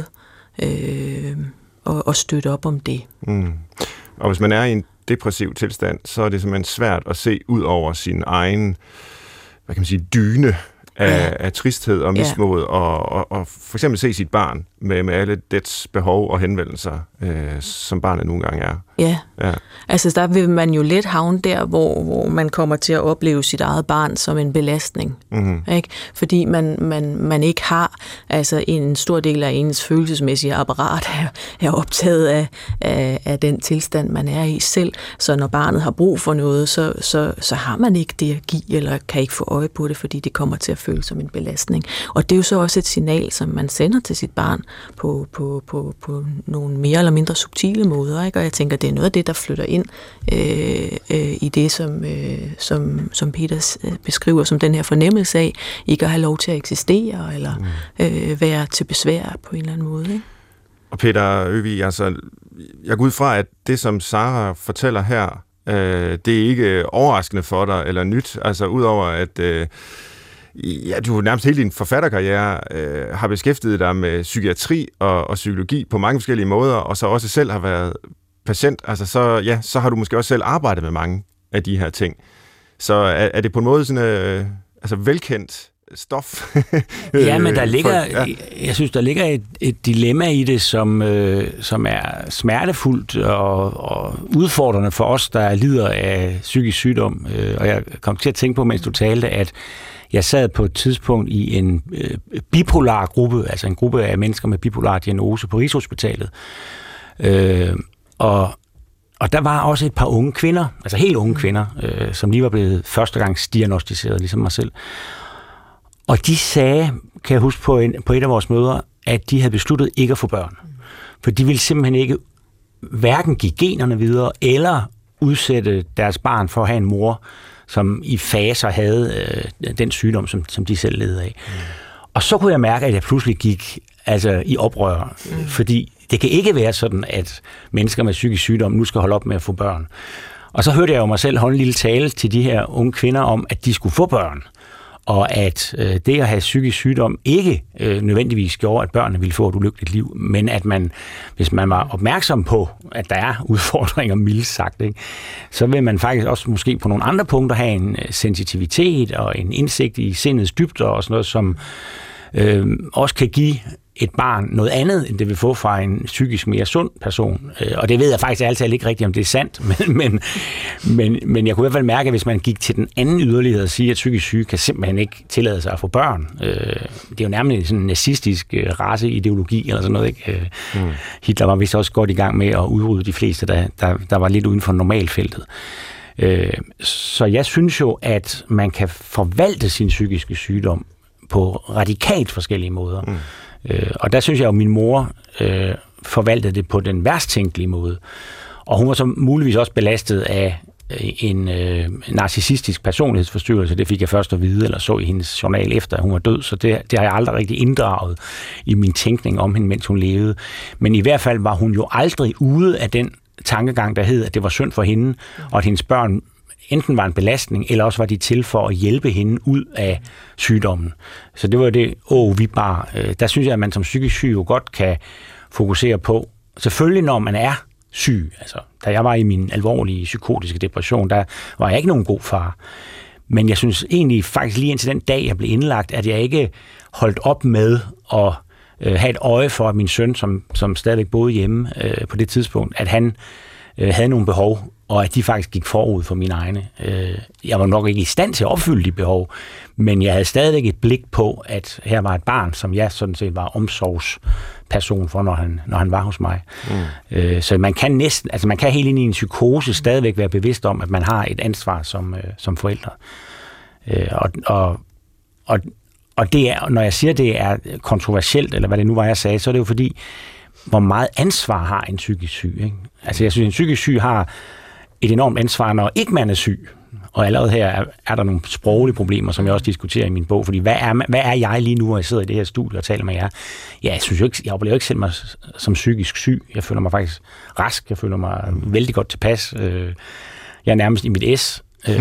øh, at, at støtte op om det? Mm. Og hvis man er i en depressiv tilstand, så er det simpelthen svært at se ud over sin egen, hvad kan man sige, dyne af, ja. af tristhed og mismod, ja. og, og, og for eksempel se sit barn med, med alle dets behov og henvendelser, øh, som barnet nogle gange er. Ja. ja, altså der vil man jo let havne der, hvor, hvor man kommer til at opleve sit eget barn som en belastning. Mm-hmm. Ikke? Fordi man, man, man ikke har, altså en stor del af ens følelsesmæssige apparat er, er optaget af, af, af den tilstand, man er i selv. Så når barnet har brug for noget, så, så, så har man ikke det at give, eller kan ikke få øje på det, fordi det kommer til at føles som en belastning. Og det er jo så også et signal, som man sender til sit barn på, på, på, på nogle mere eller mindre subtile måder. Ikke? Og jeg tænker, det er noget af det, der flytter ind øh, øh, i det, som, øh, som, som Peter beskriver som den her fornemmelse af ikke at have lov til at eksistere, eller øh, være til besvær på en eller anden måde. Ikke? Og Peter Øvig, altså, jeg går ud fra, at det, som Sara fortæller her, øh, det er ikke overraskende for dig, eller nyt, altså udover at øh, ja, du nærmest hele din forfatterkarriere øh, har beskæftiget dig med psykiatri og, og psykologi på mange forskellige måder, og så også selv har været patient, altså så, ja, så har du måske også selv arbejdet med mange af de her ting. Så er, er det på en måde sådan øh, altså velkendt stof? Ja, men der ligger, for, ja. jeg synes, der ligger et, et dilemma i det, som, øh, som er smertefuldt og, og udfordrende for os, der lider af psykisk sygdom. Og jeg kom til at tænke på, mens du talte, at jeg sad på et tidspunkt i en øh, bipolar gruppe, altså en gruppe af mennesker med bipolar diagnose på Rigshospitalet. Øh, og, og der var også et par unge kvinder, altså helt unge kvinder, øh, som lige var blevet førstegangsdiagnosticeret, ligesom mig selv. Og de sagde, kan jeg huske på, en, på et af vores møder, at de havde besluttet ikke at få børn. For de ville simpelthen ikke hverken give generne videre, eller udsætte deres barn for at have en mor, som i faser havde øh, den sygdom, som, som de selv led af. Mm. Og så kunne jeg mærke, at jeg pludselig gik altså, i oprør, mm. fordi det kan ikke være sådan, at mennesker med psykisk sygdom nu skal holde op med at få børn. Og så hørte jeg jo mig selv holde en lille tale til de her unge kvinder om, at de skulle få børn, og at øh, det at have psykisk sygdom ikke øh, nødvendigvis gjorde, at børnene ville få et ulykkeligt liv, men at man, hvis man var opmærksom på, at der er udfordringer, mildt sagt, ikke, så vil man faktisk også måske på nogle andre punkter have en sensitivitet og en indsigt i sindets dybder og sådan noget, som øh, også kan give et barn noget andet, end det vil få fra en psykisk mere sund person. Og det ved jeg faktisk altid ikke rigtigt, om det er sandt, men, men, men, men jeg kunne i hvert fald mærke, at hvis man gik til den anden yderlighed og sige, at psykisk syge kan simpelthen ikke tillade sig at få børn. Det er jo nærmest sådan en nazistisk raceideologi eller sådan noget, ikke? Mm. Hitler var vist også godt i gang med at udrydde de fleste, der, der, der var lidt uden for normalfeltet. Så jeg synes jo, at man kan forvalte sin psykiske sygdom på radikalt forskellige måder. Mm. Øh, og der synes jeg jo, at min mor øh, forvaltede det på den værst tænkelige måde. Og hun var så muligvis også belastet af en øh, narcissistisk personlighedsforstyrrelse. Det fik jeg først at vide, eller så i hendes journal efter, at hun var død. Så det, det har jeg aldrig rigtig inddraget i min tænkning om hende, mens hun levede. Men i hvert fald var hun jo aldrig ude af den tankegang, der hed, at det var synd for hende, og at hendes børn enten var en belastning, eller også var de til for at hjælpe hende ud af sygdommen. Så det var det, åh, vi bare... Øh, der synes jeg, at man som psykisk syg jo godt kan fokusere på, selvfølgelig når man er syg. Altså, da jeg var i min alvorlige psykotiske depression, der var jeg ikke nogen god far. Men jeg synes egentlig faktisk lige indtil den dag, jeg blev indlagt, at jeg ikke holdt op med at øh, have et øje for, at min søn, som, som stadigvæk boede hjemme øh, på det tidspunkt, at han øh, havde nogle behov, og at de faktisk gik forud for mine egne. Øh, jeg var nok ikke i stand til at opfylde de behov, men jeg havde stadigvæk et blik på, at her var et barn, som jeg sådan set var omsorgsperson for, når han, når han var hos mig. Mm. Øh, så man kan næsten, altså man kan helt ind i en psykose stadigvæk være bevidst om, at man har et ansvar som, øh, som forældre. Øh, og, og, og, og det er, når jeg siger, det er kontroversielt, eller hvad det nu var, jeg sagde, så er det jo fordi, hvor meget ansvar har en psykisk syg. Ikke? Altså jeg synes, en psykisk syg har et enormt ansvar, når ikke man er syg. Og allerede her er, er der nogle sproglige problemer, som jeg også diskuterer i min bog. Fordi hvad er, hvad er jeg lige nu, når jeg sidder i det her studie og taler med jer? Ja, jeg synes jo ikke, jeg oplever ikke selv mig som psykisk syg. Jeg føler mig faktisk rask. Jeg føler mig vældig godt tilpas. Jeg er nærmest i mit S.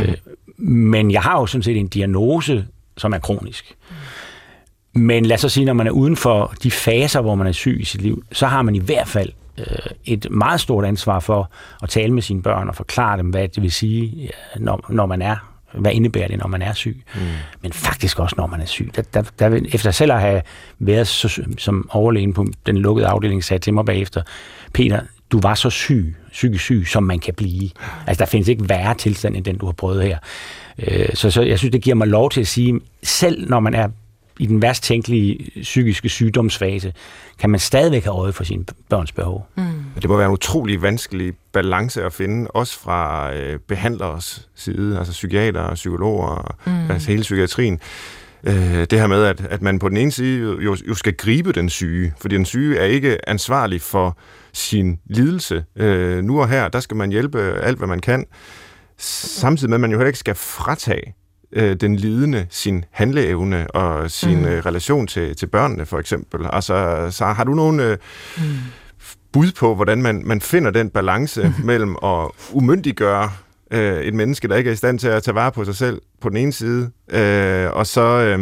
Men jeg har jo sådan set en diagnose, som er kronisk. Men lad os så sige, når man er uden for de faser, hvor man er syg i sit liv, så har man i hvert fald et meget stort ansvar for at tale med sine børn og forklare dem, hvad det vil sige, når, når man er, hvad indebærer det, når man er syg. Mm. Men faktisk også, når man er syg. Der, der, der, efter selv at have været så, som overlægen på den lukkede afdeling, sagde til mig bagefter, Peter, du var så syg, psykisk syg, som man kan blive. Altså, der findes ikke værre tilstand, end den, du har prøvet her. Så, så jeg synes, det giver mig lov til at sige, selv når man er i den værst tænkelige psykiske sygdomsfase, kan man stadigvæk have øje for sine børns behov. Mm. Det må være en utrolig vanskelig balance at finde, også fra øh, behandlers side, altså psykiater og psykologer, mm. altså hele psykiatrien. Øh, det her med, at, at man på den ene side jo, jo skal gribe den syge, fordi den syge er ikke ansvarlig for sin lidelse. Øh, nu og her, der skal man hjælpe alt, hvad man kan, samtidig med, at man jo heller ikke skal fratage den lidende sin handleevne og sin mm. relation til, til børnene, for eksempel. Altså, så har du nogle øh, mm. bud på, hvordan man, man finder den balance mm. mellem at umyndiggøre øh, et menneske, der ikke er i stand til at tage vare på sig selv på den ene side, øh, og så øh,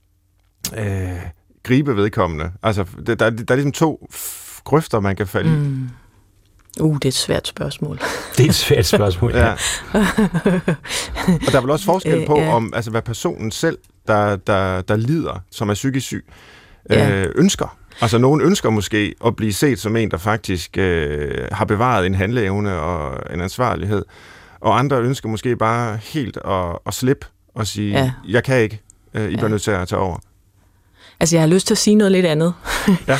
øh, gribe vedkommende. Altså, der, der, der er ligesom to grøfter, man kan falde i. Mm. Uh, det er et svært spørgsmål. Det er et svært spørgsmål, ja. ja. Og der er vel også forskel på, ja. om, altså, hvad personen selv, der, der, der lider, som er psykisk syg, ja. øh, ønsker. Altså, nogen ønsker måske at blive set som en, der faktisk øh, har bevaret en handleevne og en ansvarlighed, og andre ønsker måske bare helt at, at slippe og sige, ja. jeg kan ikke, øh, I bliver ja. nødt til at tage over. Altså, jeg har lyst til at sige noget lidt andet. Ja.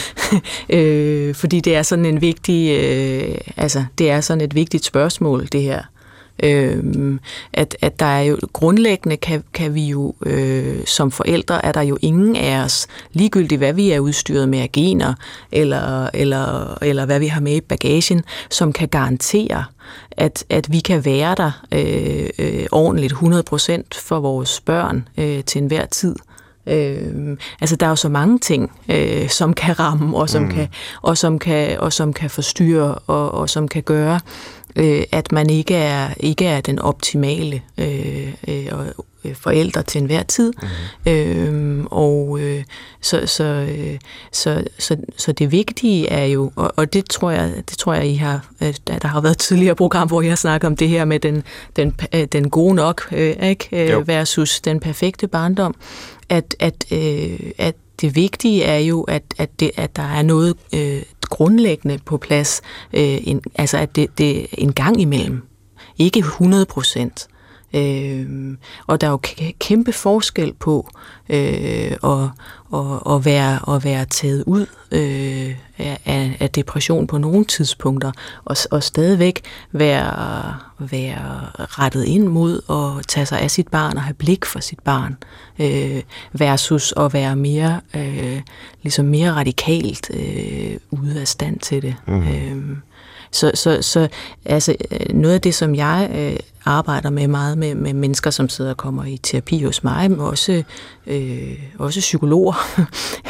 øh, fordi det er sådan en vigtig, øh, altså, det er sådan et vigtigt spørgsmål, det her. Øh, at, at der er jo grundlæggende, kan, kan vi jo, øh, som forældre, er der jo ingen af os, ligegyldigt hvad vi er udstyret med af gener, eller, eller, eller hvad vi har med i bagagen, som kan garantere, at, at vi kan være der øh, øh, ordentligt hundrede procent for vores børn øh, til enhver tid. Øh, altså der er jo så mange ting, øh, som kan ramme og som mm. kan og som kan og som kan forstyrre og, og som kan gøre, øh, at man ikke er ikke er den optimale øh, øh, forælder til enhver tid. Mm. Øh, og øh, så så, øh, så så så det vigtige er jo, og, og det tror jeg det tror jeg I har, der har været et tidligere program, hvor jeg har snakket om det her med den den den gode nok, øh, ikke, versus den perfekte barndom. At, at, øh, at det vigtige er jo, at, at, det, at der er noget øh, grundlæggende på plads, øh, en, altså at det, det er en gang imellem, ikke hundrede procent. Øh, og der er jo kæmpe forskel på øh, at, at, at, være, at være taget ud øh, af, af depression på nogle tidspunkter, og, og stadigvæk være, være rettet ind mod at tage sig af sit barn og have blik for sit barn, øh, versus at være mere, øh, ligesom mere radikalt øh, ude af stand til det. Mm. Øh, Så, så, så altså, noget af det, som jeg øh, arbejder med meget med, med mennesker, som sidder og kommer i terapi hos mig, men også, øh, også psykologer,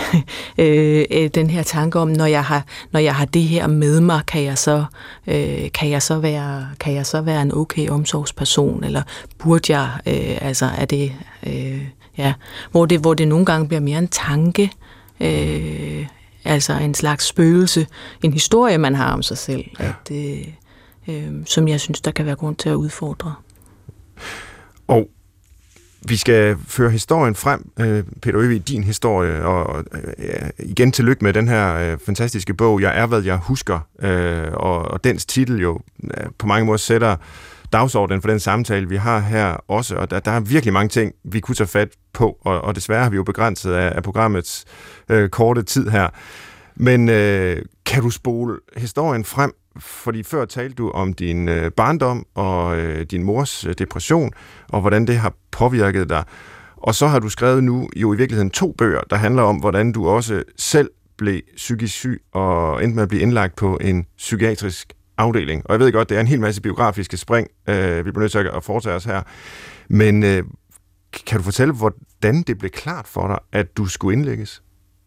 øh, den her tanke om, når jeg har, når jeg har det her med mig, kan jeg så, øh, kan jeg så være, kan jeg så være en okay omsorgsperson, eller burde jeg, øh, altså er det, øh, ja, hvor det, hvor det nogle gange bliver mere en tanke, øh, altså en slags spøgelse, en historie, man har om sig selv, ja. at, øh, øh, som jeg synes, der kan være grund til at udfordre. Og Vi skal føre historien frem, øh, Peter Øvig, din historie, og øh, igen tillykke med den her øh, fantastiske bog, Jeg er, hvad jeg husker, øh, og, og dens titel jo øh, på mange måder sætter dagsordenen for den samtale, vi har her også, og der, der er virkelig mange ting, vi kunne tage fat på, og, og desværre har vi jo begrænset af, af programmets øh, korte tid her. Men øh, kan du spole historien frem? Fordi før talte du om din øh, barndom og øh, din mors øh, depression, og hvordan det har påvirket dig. Og så har du skrevet nu jo i virkeligheden to bøger, der handler om, hvordan du også selv blev psykisk syg og endte med at blive indlagt på en psykiatrisk afdeling. Og jeg ved godt, det er en hel masse biografiske spring, øh, vi bliver nødt til at foretage os her. Men øh, kan du fortælle, hvordan det blev klart for dig, at du skulle indlægges?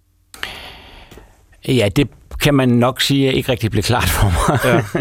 Ja, det kan man nok sige, at ikke rigtig blev klart for mig. Ja.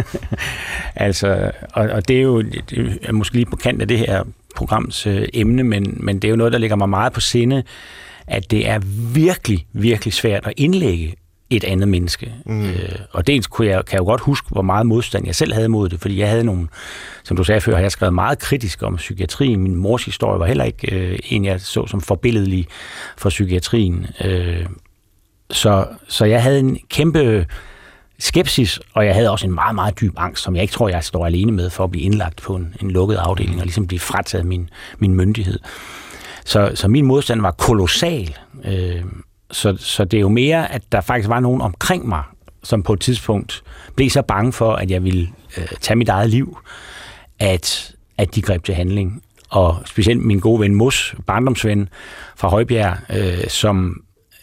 altså, og, og det er jo det er måske lige på kant af det her programs øh, emne, men, men det er jo noget, der ligger mig meget på sinde, at det er virkelig, virkelig svært at indlægge et andet menneske. Mm. Øh, og dels kunne jeg, kan jeg jo godt huske, hvor meget modstand jeg selv havde mod det, fordi jeg havde nogle, som du sagde før, har jeg skrevet meget kritisk om psykiatri. Min mors historie var heller ikke øh, en, jeg så som forbilledlig for psykiatrien. Øh, Så, så jeg havde en kæmpe skepsis, og jeg havde også en meget, meget dyb angst, som jeg ikke tror, jeg står alene med for at blive indlagt på en, en lukket afdeling og ligesom blive frataget min, min myndighed. Så, så min modstand var kolossal. Øh, så, så det er jo mere, at der faktisk var nogen omkring mig, som på et tidspunkt blev så bange for, at jeg ville øh, tage mit eget liv, at, at de greb til handling. Og specielt min gode ven Mus, barndomsven fra Højbjerg, øh, som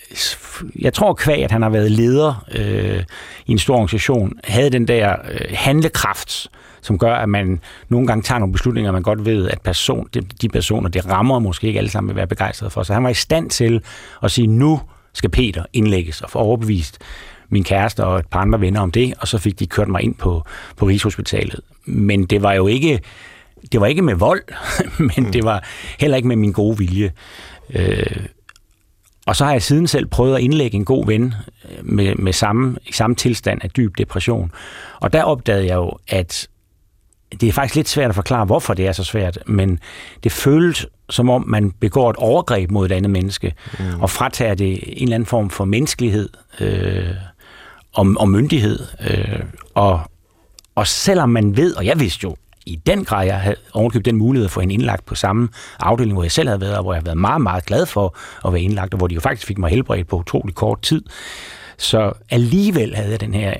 jeg tror kvæg, at han har været leder øh, i en stor organisation, havde den der øh, handlekraft, som gør, at man nogle gange tager nogle beslutninger, man godt ved, at person, de, de personer, det rammer måske ikke alle sammen vil være begejstrede for. Så han var i stand til at sige, nu skal Peter indlægges, og få overbevist min kæreste og et par andre venner om det, og så fik de kørt mig ind på, på Rigshospitalet. Men det var jo ikke, det var ikke med vold, men mm. det var heller ikke med min gode vilje. Øh, Og så har jeg siden selv prøvet at indlægge en god ven med, med samme, samme tilstand af dyb depression. Og der opdagede jeg jo, at det er faktisk lidt svært at forklare, hvorfor det er så svært, men det føles som om, man begår et overgreb mod et andet menneske, mm. og fratager det en eller anden form for menneskelighed øh, og, og myndighed. Øh, og, og selvom man ved, og jeg vidste jo, i den grad, jeg havde overkøbt den mulighed for en indlagt på samme afdeling, hvor jeg selv havde været, og hvor jeg havde været meget, meget glad for at være indlagt, og hvor de jo faktisk fik mig helbredt på utrolig kort tid. Så alligevel havde jeg den her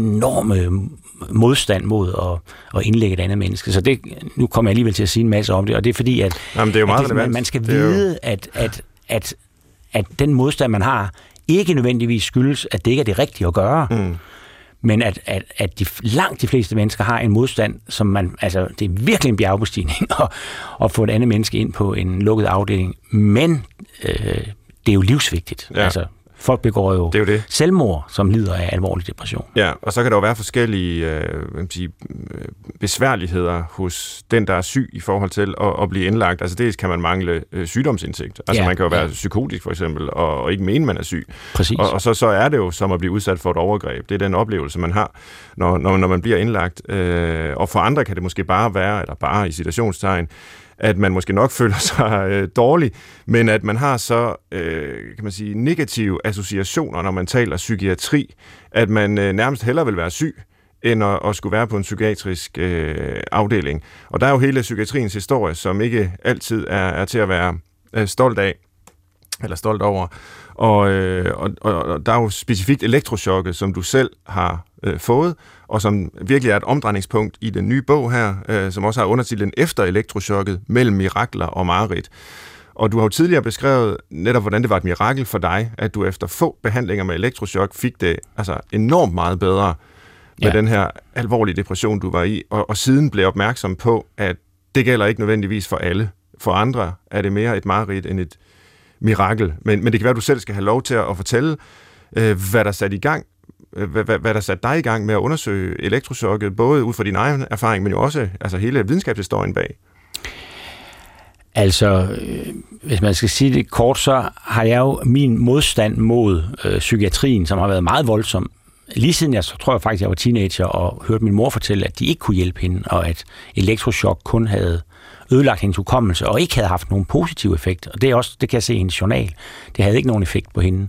enorme modstand mod at, at indlægge et andet menneske. Så det, nu kommer jeg alligevel til at sige en masse om det, og det er fordi, at, Jamen, det er jo meget at det, man skal vide, jo... at, at, at, at den modstand, man har, ikke nødvendigvis skyldes, at det ikke er det rigtige at gøre. Mm. Men at, at, at de, langt de fleste mennesker har en modstand, som man, altså det er virkelig en bjergbestigning at, at få et andet menneske ind på en lukket afdeling. Men øh, det er jo livsvigtigt. Ja. Altså, folk begår jo, det er jo det. selvmord, som lider af alvorlig depression. Ja, og så kan der jo være forskellige øh, sige, besværligheder hos den, der er syg i forhold til at, at blive indlagt. Altså dels kan man mangle øh, sygdomsindsigt. Altså ja, man kan jo være ja. psykotisk for eksempel, og, og ikke mene, man er syg. Præcis. Og, og så, så er det jo som at blive udsat for et overgreb. Det er den oplevelse, man har, når, når, når man bliver indlagt. Øh, og for andre kan det måske bare være, eller bare i citationstegn, at man måske nok føler sig øh, dårlig, men at man har så, øh, kan man sige, negative associationer, når man taler psykiatri, at man øh, nærmest hellere vil være syg, end at, at skulle være på en psykiatrisk øh, afdeling. Og der er jo hele psykiatriens historie, som ikke altid er, er til at være øh, stolt af, eller stolt over. Og, øh, og, og der er jo specifikt elektrochokket, som du selv har øh, fået, og som virkelig er et omdrejningspunkt i den nye bog her, øh, som også har undertitlen Efter elektrochokket, mellem mirakler og mareridt. Og du har jo tidligere beskrevet netop, hvordan det var et mirakel for dig, at du efter få behandlinger med elektrochok fik det altså enormt meget bedre med ja. den her alvorlige depression, du var i, og, og siden blev opmærksom på, at det gælder ikke nødvendigvis for alle. For andre er det mere et mareridt end et mirakel. Men, men det kan være, at du selv skal have lov til at fortælle, øh, hvad der satte i gang, hvad, hvad, hvad der satte dig i gang med at undersøge elektrochokket, både ud fra din egen erfaring, men jo også altså hele videnskabshistorien bag. Altså, øh, hvis man skal sige det kort, så har jeg jo min modstand mod øh, psykiatrien, som har været meget voldsom. Lige siden jeg, så tror jeg faktisk, jeg var teenager og hørte min mor fortælle, at de ikke kunne hjælpe hende, og at elektrochok kun havde ødelagt hendes hukommelse, og ikke havde haft nogen positiv effekt. Og det, er også, det kan jeg se i hendes journal. Det havde ikke nogen effekt på hende.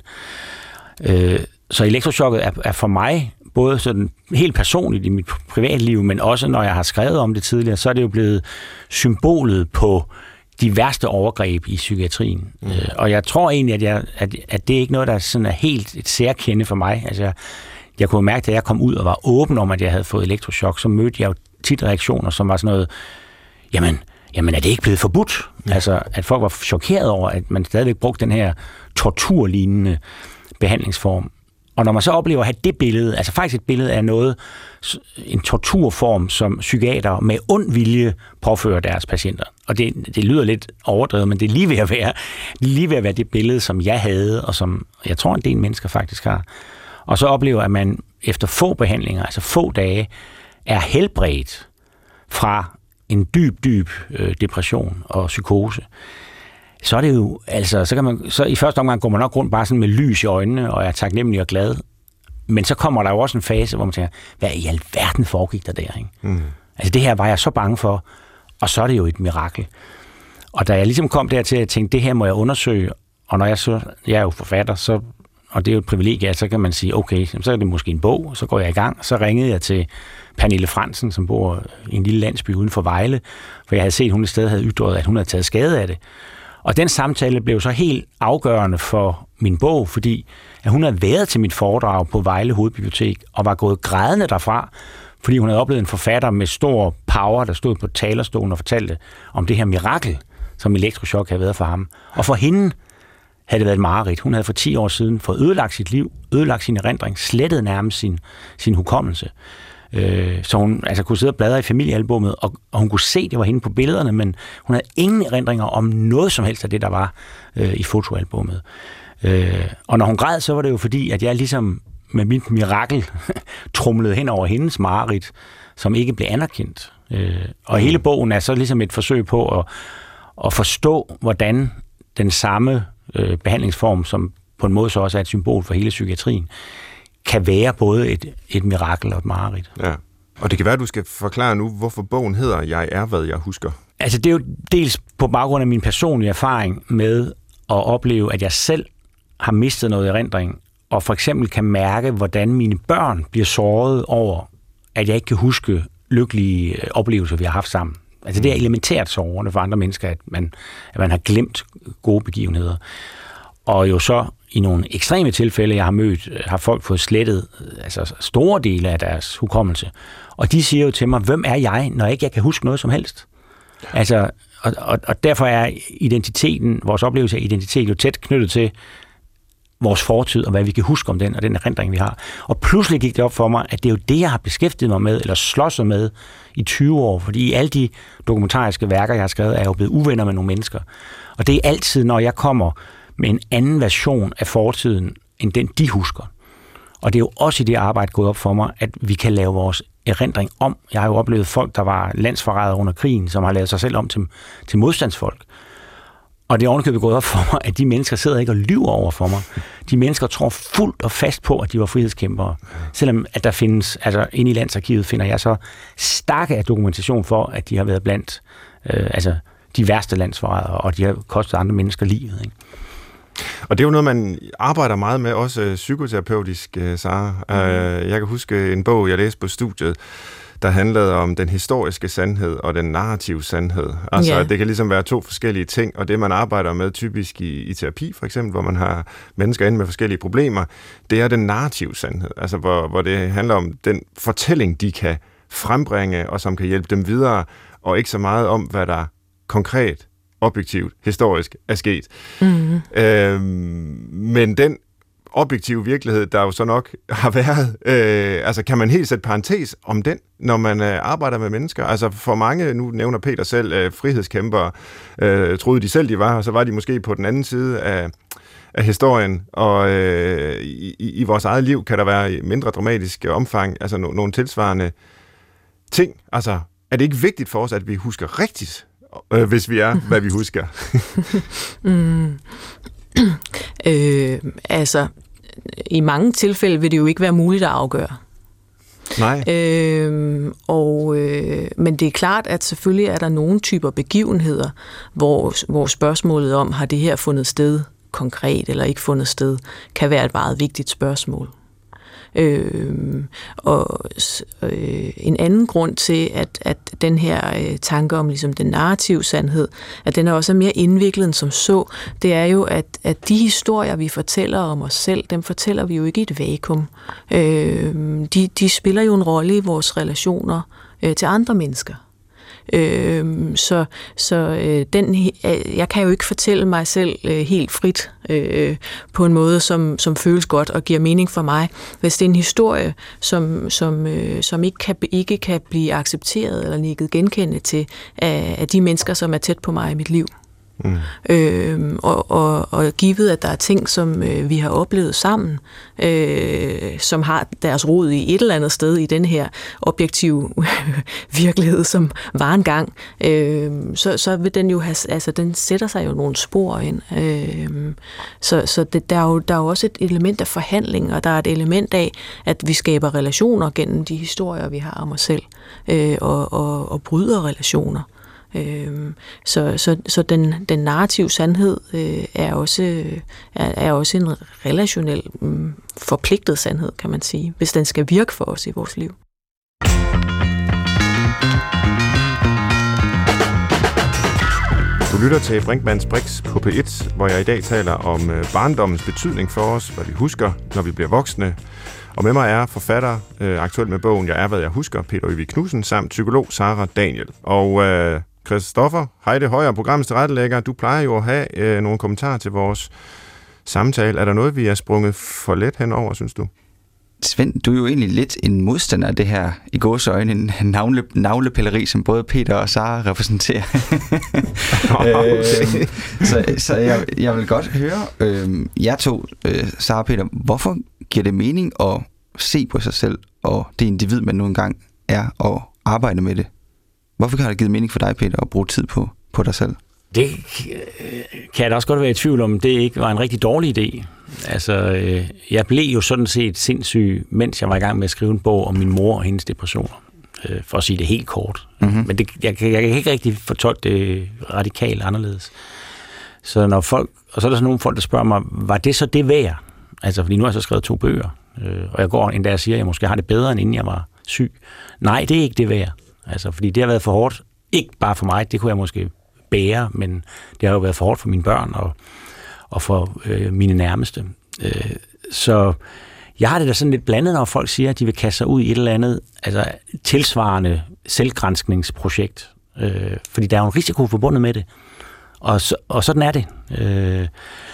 Øh, så elektrochokket er, er for mig, både sådan helt personligt i mit privatliv, men også når jeg har skrevet om det tidligere, så er det jo blevet symbolet på de værste overgreb i psykiatrien. Mm. Øh, og jeg tror egentlig, at, jeg, at, at det er ikke noget, der sådan er helt et særkende for mig. Altså, jeg, jeg kunne mærke, at jeg kom ud og var åben om, at jeg havde fået elektrochok, så mødte jeg jo tit reaktioner, som var sådan noget, jamen, jamen er det ikke blevet forbudt? Mm. Altså, at folk var chokeret over, at man stadigvæk brugte den her torturlignende behandlingsform. Og når man så oplever at have det billede, altså faktisk et billede af noget, en torturform, som psykiatere med ond vilje påfører deres patienter. Og det, det lyder lidt overdrevet, men det er lige ved at være, lige ved at være det billede, som jeg havde, og som jeg tror en del mennesker faktisk har. Og så oplever at man efter få behandlinger, altså få dage, er helbredt fra en dyb, dyb øh, depression og psykose. Så er det jo, altså, så kan man, så i første omgang går man nok rundt bare sådan med lys i øjnene, og er taknemmelig og glad. Men så kommer der jo også en fase, hvor man tænker, hvad i alverden foregik der der, ikke? Mm. Altså det her var jeg så bange for, og så er det jo et mirakel. Og da jeg ligesom kom dertil, at jeg tænkte, det her må jeg undersøge, og når jeg så, jeg er jo forfatter, så, og det er jo et privilegie, så kan man sige, okay, så er det måske en bog, så går jeg i gang. Så ringede jeg til Pernille Fransen, som bor i en lille landsby uden for Vejle, for jeg havde set, at hun et sted havde ytret, at hun havde taget skade af det. Og den samtale blev så helt afgørende for min bog, fordi at hun havde været til mit foredrag på Vejle Hovedbibliotek og var gået grædende derfra, fordi hun havde oplevet en forfatter med stor power, der stod på talerstolen og fortalte om det her mirakel, som elektrochok havde været for ham. Og for hende havde det været et mareridt. Hun havde for ti år siden fået ødelagt sit liv, ødelagt sin erindring, slettet nærmest sin, sin hukommelse. Så hun altså, kunne sidde og bladre i familiealbummet, og, og hun kunne se, det var hende på billederne, men hun havde ingen erindringer om noget som helst af det, der var øh, i fotoalbummet. Øh, og når hun græd, så var det jo fordi, at jeg ligesom med mit mirakel trumlede hen over hendes mareridt, som ikke blev anerkendt. Øh, og hele bogen er så ligesom et forsøg på at, at forstå, hvordan den samme øh, behandlingsform, som på en måde så også er et symbol for hele psykiatrien, kan være både et, et mirakel og et mareridt. Ja. Og det kan være, at du skal forklare nu, hvorfor bogen hedder Jeg er, hvad jeg husker. Altså det er jo dels på baggrund af min personlige erfaring med at opleve, at jeg selv har mistet noget erindring, og for eksempel kan mærke, hvordan mine børn bliver såret over, at jeg ikke kan huske lykkelige oplevelser, vi har haft sammen. Altså det er elementært sårende for andre mennesker, at man, at man har glemt gode begivenheder. Og jo så i nogle ekstreme tilfælde, jeg har mødt, har folk fået slettet altså store dele af deres hukommelse. Og de siger jo til mig, hvem er jeg, når ikke jeg kan huske noget som helst? Altså, og, og, og derfor er identiteten, vores oplevelse af identitet jo tæt knyttet til vores fortid, og hvad vi kan huske om den, og den erindring, vi har. Og pludselig gik det op for mig, at det er jo det, jeg har beskæftiget mig med, eller slåsset med i tyve år, fordi alle de dokumentariske værker, jeg har skrevet, er jo blevet uvenner med nogle mennesker. Og det er altid, når jeg kommer med en anden version af fortiden, end den de husker. Og det er jo også i det arbejde gået op for mig, at vi kan lave vores erindring om. Jeg har jo oplevet folk, der var landsforrædere under krigen, som har lavet sig selv om til, til modstandsfolk. Og det er ovenikøbet gået op for mig, at de mennesker sidder ikke og lyver over for mig. De mennesker tror fuldt og fast på, at de var frihedskæmpere. Selvom at der findes, altså inde i Landsarkivet finder jeg så stakke af dokumentation for, at de har været blandt øh, altså de værste landsforrædere, og de har kostet andre mennesker livet, ikke? Og det er jo noget, man arbejder meget med, også psykoterapeutisk, Sara. Mm. Jeg kan huske en bog, jeg læste på studiet, der handlede om den historiske sandhed og den narrative sandhed. Altså, yeah. det kan ligesom være to forskellige ting, og det, man arbejder med typisk i, i terapi, for eksempel, hvor man har mennesker inde med forskellige problemer, det er den narrative sandhed. Altså, hvor, hvor det handler om den fortælling, de kan frembringe, og som kan hjælpe dem videre, og ikke så meget om, hvad der konkret objektivt, historisk er sket. Mm-hmm. Øhm, men den objektive virkelighed, der jo så nok har været, øh, altså kan man helt sætte parentes om den, når man øh, arbejder med mennesker? Altså for mange, nu nævner Peter selv, øh, frihedskæmpere, øh, troede de selv, de var, og så var de måske på den anden side af, af historien, og øh, i, i vores eget liv kan der være i mindre dramatisk omfang, altså no, nogle tilsvarende ting. Altså, er det ikke vigtigt for os, at vi husker rigtigt, øh, hvis vi er, hvad vi husker? mm. øh, altså, i mange tilfælde vil det jo ikke være muligt at afgøre. Nej. Øh, og, øh, men det er klart, at selvfølgelig er der nogle typer begivenheder, hvor, hvor spørgsmålet om, har det her fundet sted konkret eller ikke fundet sted, kan være et meget vigtigt spørgsmål. Øh, og øh, en anden grund til, at, at den her øh, tanke om ligesom den narrative sandhed, at den er også mere indviklet end som så, det er jo, at, at de historier, vi fortæller om os selv, dem fortæller vi jo ikke i et vakuum. Øh, de, de spiller jo en rolle i vores relationer øh, til andre mennesker. Øh, så så øh, den, øh, jeg kan jo ikke fortælle mig selv øh, helt frit øh, på en måde, som, som føles godt og giver mening for mig. Hvis det er en historie, som, som, øh, som ikke, kan, ikke kan blive accepteret eller nikket genkendende til af, af de mennesker, som er tæt på mig i mit liv. Mm. Øh, og, og, og givet, at der er ting, som øh, vi har oplevet sammen, øh, som har deres rod i et eller andet sted i den her objektive virkelighed, som var engang, øh, så, så vil den jo have, altså den sætter sig jo nogle spor ind. Øh, så så det, der, er jo, der er jo også et element af forhandling, og der er et element af, at vi skaber relationer gennem de historier, vi har om os selv, øh, og, og, og bryder relationer. Så, så, så den, den narrative sandhed øh, er, også, er, er også en relationel mm, forpligtet sandhed, kan man sige, hvis den skal virke for os i vores liv. Du lytter til Brinkmanns Brix på P et, hvor jeg i dag taler om barndommens betydning for os, hvad vi husker, når vi bliver voksne. Og med mig er forfatter, øh, aktuelt med bogen Jeg er, hvad jeg husker, Peter Øvig Knudsen, samt psykolog Sara Daniel. Og øh, Christoffer Heide Højer, programmets tilrettelægger, du plejer jo at have øh, nogle kommentarer til vores samtale. Er der noget, vi er sprunget for let henover, synes du? Svend, du er jo egentlig lidt en modstander af det her i gåseøjne, en navle, navlepilleri, som både Peter og Sara repræsenterer. Okay. øh, så så jeg, jeg vil godt høre, øh, jer to, øh, Sara og Peter, hvorfor giver det mening at se på sig selv og det individ, man nu engang er, og arbejde med det? Hvorfor har det givet mening for dig, Peter, at bruge tid på, på dig selv? Det kan jeg da også godt være i tvivl om, det ikke var en rigtig dårlig idé. Altså, jeg blev jo sådan set sindssyg, mens jeg var i gang med at skrive en bog om min mor og hendes depressioner. For at sige det helt kort. Mm-hmm. Men det, jeg, jeg kan ikke rigtig fortolke det radikalt anderledes. Så når folk, og så er der sådan nogle folk, der spørger mig, var det så det værd? Altså, fordi nu har jeg så skrevet to bøger, og jeg går endda og siger, at jeg måske har det bedre, end inden jeg var syg. Nej, det er ikke det værd. Altså, fordi det har været for hårdt. Ikke bare for mig, det kunne jeg måske bære, men det har jo været for hårdt for mine børn og, og for øh, mine nærmeste. Øh, så jeg har det da sådan lidt blandet, når folk siger, at de vil kaste sig ud i et eller andet altså tilsvarende selvgranskningsprojekt. Øh, fordi der er jo en risiko forbundet med det. Og, så, og sådan er det. Øh,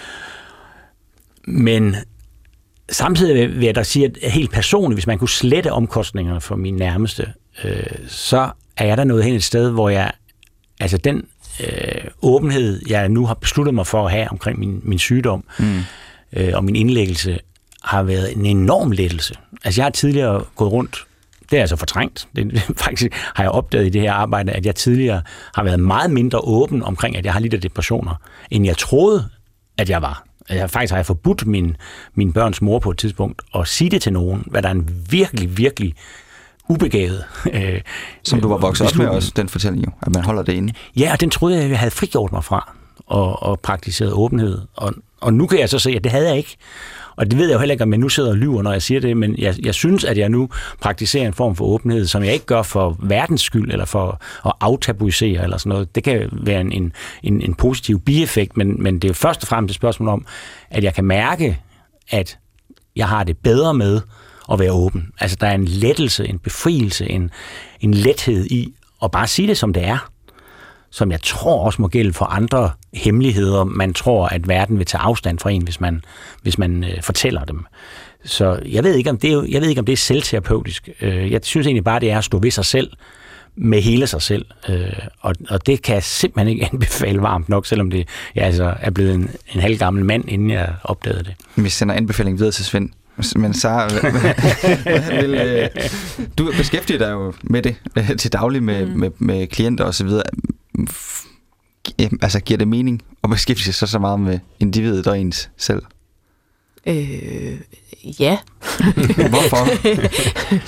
men samtidig vil jeg da sige, at helt personligt, hvis man kunne slette omkostningerne for mine nærmeste, øh, så er jeg der nået hen et sted, hvor jeg, altså den øh, åbenhed, jeg nu har besluttet mig for at have omkring min, min sygdom mm. øh, og min indlæggelse, har været en enorm lettelse. Altså jeg har tidligere gået rundt, det er altså fortrængt, det, faktisk har jeg opdaget i det her arbejde, at jeg tidligere har været meget mindre åben omkring, at jeg har lidt af depressioner, end jeg troede, at jeg var. Jeg, faktisk har jeg forbudt min, min børns mor på et tidspunkt at sige det til nogen, hvad der er en virkelig, virkelig ubegavet. Øh, Som du var vokset op med også, den fortælling jo, at man holder det inde. Ja, og den troede jeg, jeg havde frigjort mig fra, og, og praktiseret åbenhed. Og, og nu kan jeg så se, at det havde jeg ikke. Og det ved jeg jo heller ikke, om jeg nu sidder og lyver, når jeg siger det, men jeg, jeg synes, at jeg nu praktiserer en form for åbenhed, som jeg ikke gør for verdens skyld, eller for at aftabuisere, eller sådan noget. Det kan være en, en, en, en positiv bieffekt, men, men det er jo først og fremmest et spørgsmål om, at jeg kan mærke, at jeg har det bedre med at være åben. Altså, der er en lettelse, en befrielse, en, en lethed i at bare sige det, som det er. Som jeg tror også må gælde for andre hemmeligheder. Man tror, at verden vil tage afstand fra en, hvis man, hvis man øh, fortæller dem. Så jeg ved ikke, om det er, jeg ved ikke, om det er selvterapeutisk. Jeg synes egentlig bare, det er at stå ved sig selv, med hele sig selv. Og, og det kan jeg simpelthen ikke anbefale varmt nok, selvom det jeg altså er blevet en, en halvgammel mand, inden jeg opdagede det. Vi sender anbefalingen videre til Svend. Men Sara, vil, øh, du beskæftiger dig jo med det øh, til daglig med, mm. med, med klienter og så videre. Altså, giver det mening at beskæftige sig så meget med individet og ens selv? Øh, ja. Hvorfor?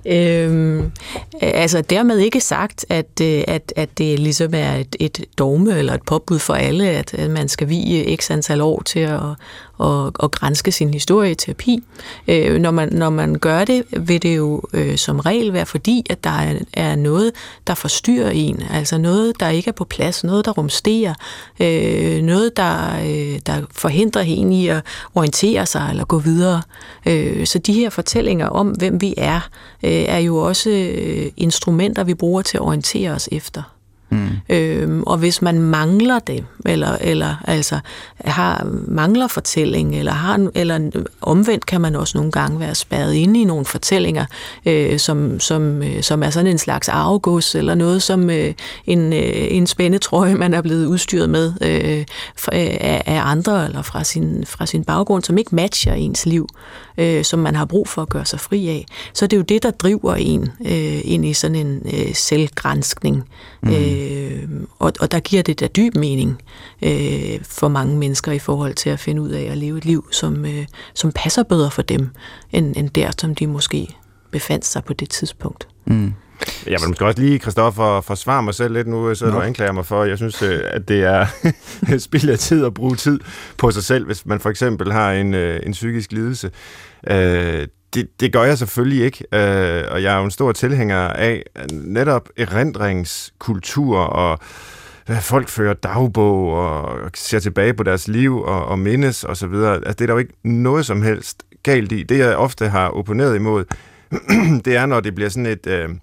Øhm, altså dermed ikke sagt, at, at, at det ligesom er et, et dogme eller et påbud for alle, at, at man skal vie x antal år til at, at, at granske sin historie i terapi. Øh, når, man, når man gør det, vil det jo øh, som regel være fordi, at der er, er noget, der forstyrrer en, altså noget, der ikke er på plads, noget, der rumsterer, øh, noget, der, øh, der forhindrer en i at orientere sig eller gå videre. Øh, så de her fortællinger om, hvem vi er, øh, er jo også øh, instrumenter, vi bruger til at orientere os efter. Mm. Øhm, og hvis man mangler det, eller, eller altså har, mangler fortælling, eller, har, eller omvendt kan man også nogle gange være spærret inde i nogle fortællinger, øh, som, som, øh, som er sådan en slags arvegods, eller noget som øh, en, øh, en spændetrøje, man er blevet udstyret med øh, af, af andre, eller fra sin, fra sin baggrund, som ikke matcher ens liv, øh, som man har brug for at gøre sig fri af. Så det er jo det, der driver en øh, ind i sådan en øh, selvgranskning. Mm. Øh, og, og der giver det da dyb mening øh, for mange mennesker i forhold til at finde ud af at leve et liv, som, øh, som passer bedre for dem, end, end der, som de måske befandt sig på det tidspunkt. Mm. Jeg vil måske også lige, Christoffer, forsvare mig selv lidt nu, så du anklager mig for. Jeg synes, at det er spild af tid at bruge tid på sig selv, hvis man for eksempel har en, en psykisk lidelse. Det, det gør jeg selvfølgelig ikke, og jeg er jo en stor tilhænger af netop erindringskultur, og folk fører dagbog og ser tilbage på deres liv og, og mindes og så videre. Altså, det er der jo ikke noget som helst galt i. Det, jeg ofte har opponeret imod, det er, når det bliver sådan et øh,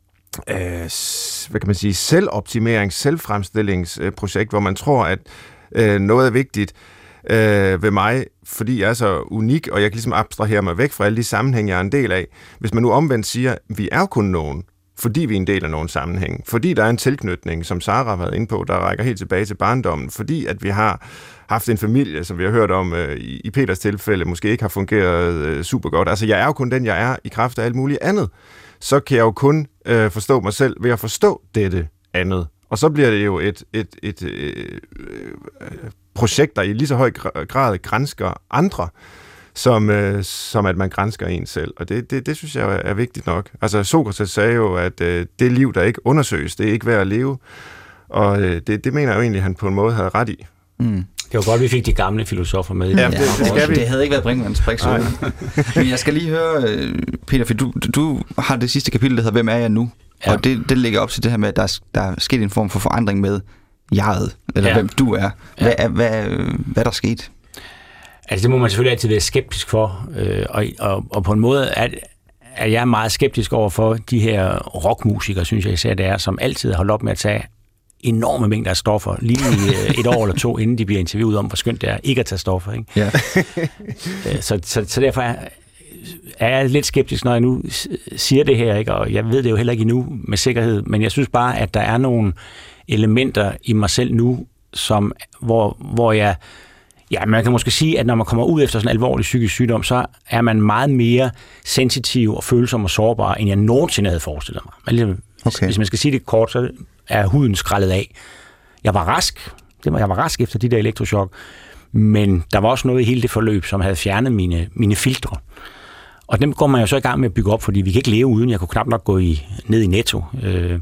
øh, hvad kan man sige, selvoptimerings, selvfremstillingsprojekt, hvor man tror, at øh, noget er vigtigt øh, ved mig, fordi jeg er så unik, og jeg kan ligesom abstrahere mig væk fra alle de sammenhænge, jeg er en del af. Hvis man nu omvendt siger, at vi er jo kun nogen, fordi vi er en del af nogle sammenhæng, fordi der er en tilknytning, som Sara har været inde på, der rækker helt tilbage til barndommen, fordi at vi har haft en familie, som vi har hørt om øh, i, i Peters tilfælde, måske ikke har fungeret øh, super godt. Altså, jeg er jo kun den, jeg er, i kraft af alt muligt andet. Så kan jeg jo kun øh, forstå mig selv ved at forstå dette andet. Og så bliver det jo et, et, et, et øh, projekt, der i lige så høj grad gransker andre, som, øh, som at man gransker en selv. Og det, det, det synes jeg er vigtigt nok. Altså, Sokrates sagde jo, at øh, det liv, der ikke undersøges, det er ikke værd at leve. Og øh, det, det mener jeg jo egentlig, at han på en måde havde ret i. Mm. Det var godt, vi fik de gamle filosofer med. Ja, det, det, skal vi. Det havde ikke været Brinkmanns Brix. Men jeg skal lige høre, Peter, for du, du har det sidste kapitel, der hedder Hvem er jeg nu? Ja. Og det, det ligger op til det her med, at der, der er sket en form for forandring med jeget, eller ja. hvem du er. Hvad, ja. hvad, hvad der skete? Altså, det må man selvfølgelig altid være skeptisk for, øh, og, og, og på en måde er, er jeg meget skeptisk over for de her rockmusikere, synes jeg især det er, som altid har holdt op med at tage enorme mængder af stoffer, lige et år eller to, inden de bliver interviewet om, hvor skønt det er ikke at tage stoffer. Ikke? Ja. så, så, så derfor er, er jeg lidt skeptisk, når jeg nu siger det her, ikke? Og jeg ved det jo heller ikke endnu med sikkerhed, men jeg synes bare, at der er nogle elementer i mig selv nu, som, hvor, hvor jeg Ja, man kan måske sige, at når man kommer ud efter sådan en alvorlig psykisk sygdom, så er man meget mere sensitiv og følsom og sårbar, end jeg nogensinde havde forestillet mig. Okay. Hvis man skal sige det kort, så er huden skrællet af. Jeg var rask. Det var, jeg var rask efter de der elektrochok. Men der var også noget i hele det forløb, som havde fjernet mine, mine filtre. Og dem går man jo så i gang med at bygge op, fordi vi kan ikke leve uden. Jeg kunne knap nok gå i, ned i Netto øh,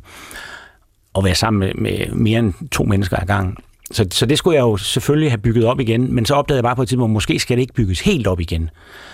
og være sammen med, med mere end to mennesker ad gangen. Så, så det skulle jeg jo selvfølgelig have bygget op igen, men så opdagede jeg bare på et tidspunkt, at måske skal det ikke bygges helt op igen.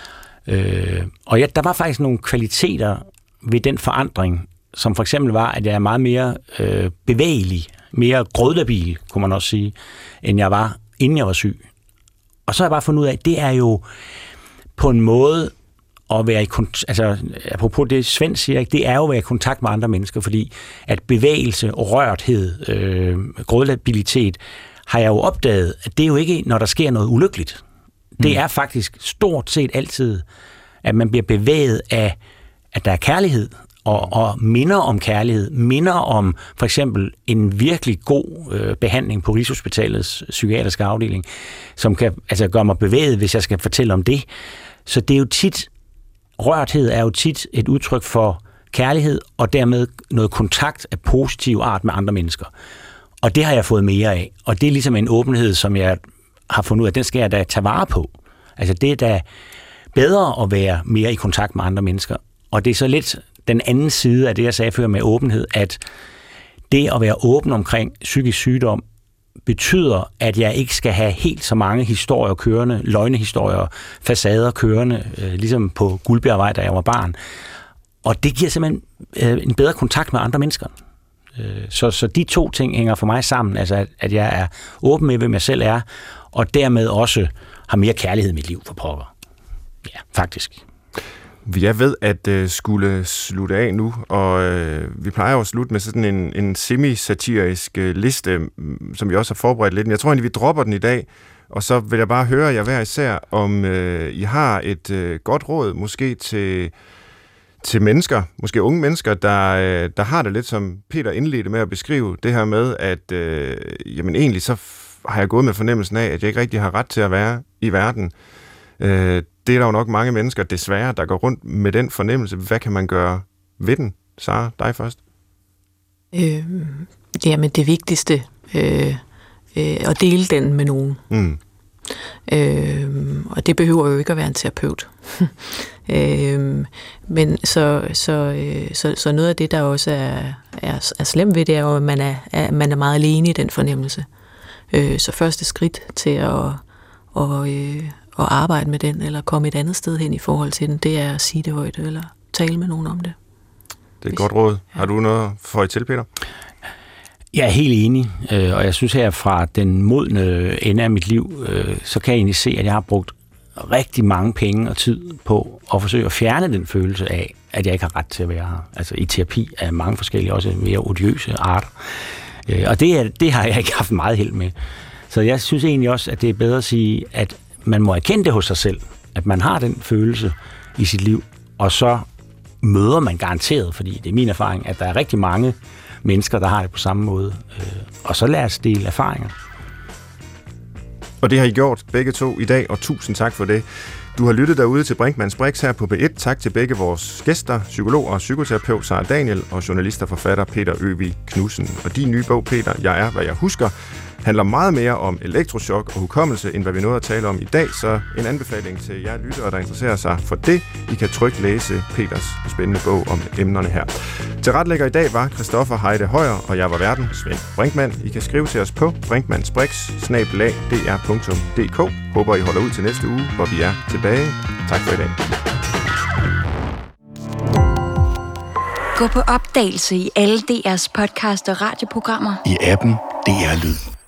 Øh, og ja, der var faktisk nogle kvaliteter ved den forandring, som for eksempel var, at jeg er meget mere øh, bevægelig, mere grødlabil, kunne man også sige, end jeg var, inden jeg var syg. Og så har jeg bare fundet ud af, at det er jo på en måde at være i kontakt, altså apropos det Svend siger, det er jo at være i kontakt med andre mennesker, fordi at bevægelse og rørthed, øh, grødlabilitet, har jeg jo opdaget, at det er jo ikke, når der sker noget ulykkeligt. Det er faktisk stort set altid, at man bliver bevæget af, at der er kærlighed, og, og minder om kærlighed, minder om for eksempel en virkelig god øh, behandling på Rigshospitalets psykiatriske afdeling, som kan altså gøre mig bevæget, hvis jeg skal fortælle om det. Så det er jo tit, rørthed er jo tit et udtryk for kærlighed, og dermed noget kontakt af positiv art med andre mennesker. Og det har jeg fået mere af. Og det er ligesom en åbenhed, som jeg har fundet ud af, den skal jeg da tage vare på. Altså det er da bedre at være mere i kontakt med andre mennesker. Og det er så lidt den anden side af det, jeg sagde før med åbenhed, at det at være åben omkring psykisk sygdom, betyder, at jeg ikke skal have helt så mange historier kørende, løgnehistorier, facader kørende, øh, ligesom på Guldbjergvej, da jeg var barn. Og det giver simpelthen øh, en bedre kontakt med andre mennesker. Øh, så, så de to ting hænger for mig sammen, altså at, at jeg er åben med, hvem jeg selv er, og dermed også har mere kærlighed i mit liv for pokker. Ja, faktisk. Jeg ved at øh, skulle slutte af nu, og øh, vi plejer jo at slutte med sådan en, en semi-satirisk øh, liste, som vi også har forberedt lidt. Men jeg tror egentlig, vi dropper den i dag, og så vil jeg bare høre jer hver især, om øh, I har et øh, godt råd, måske til, til mennesker, måske unge mennesker, der, øh, der har det lidt, som Peter indledte med at beskrive, det her med, at øh, jamen egentlig så har jeg gået med fornemmelsen af, at jeg ikke rigtig har ret til at være i verden. Øh, Det er der jo nok mange mennesker, desværre, der går rundt med den fornemmelse. Hvad kan man gøre ved den? Sara, dig først. Øh, jamen det vigtigste, øh, øh, at dele den med nogen. Mm. Øh, og det behøver jo ikke at være en terapeut. øh, men så, så, øh, så, så noget af det, der også er, er, er slemt ved det, er jo, at man er, er, man er meget alene i den fornemmelse. Øh, så første skridt til at... Og, øh, at arbejde med den, eller komme et andet sted hen i forhold til den, det er at sige det højt, eller tale med nogen om det. Det er et godt råd. Har du noget for til, Peter? Jeg er helt enig, og jeg synes her fra den modne ende af mit liv, så kan jeg egentlig se, at jeg har brugt rigtig mange penge og tid på at forsøge at fjerne den følelse af, at jeg ikke har ret til at være her. Altså i terapi af mange forskellige, også mere odiøse arter. Og det, er, det har jeg ikke haft meget held med. Så jeg synes egentlig også, at det er bedre at sige, at man må erkende det hos sig selv, at man har den følelse i sit liv, og så møder man garanteret, fordi det er min erfaring, at der er rigtig mange mennesker, der har det på samme måde. Og så lad os dele erfaringer. Og det har I gjort begge to i dag, og tusind tak for det. Du har lyttet derude til Brinkmanns Brix her på B et. Tak til begge vores gæster, psykolog og psykoterapeut Sara Daniel og journalist og forfatter Peter Øvig Knudsen. Og din nye bog, Peter, Jeg er, hvad jeg husker, handler meget mere om elektrochok og hukommelse, end hvad vi nåede at tale om i dag, så en anbefaling til jer lyttere, der interesserer sig for det. I kan trygt læse Peters spændende bog om emnerne her. Tilretlægger i dag var Christoffer Heide Højer, og jeg var værten, Svend Brinkmann. I kan skrive til os på brinkmannsbrix snabel-a d r punktum d k. Håber, I holder ud til næste uge, hvor vi er tilbage. Tak for i dag. Gå på opdagelse i alle D R's podcast og radioprogrammer. I appen D R Lyd.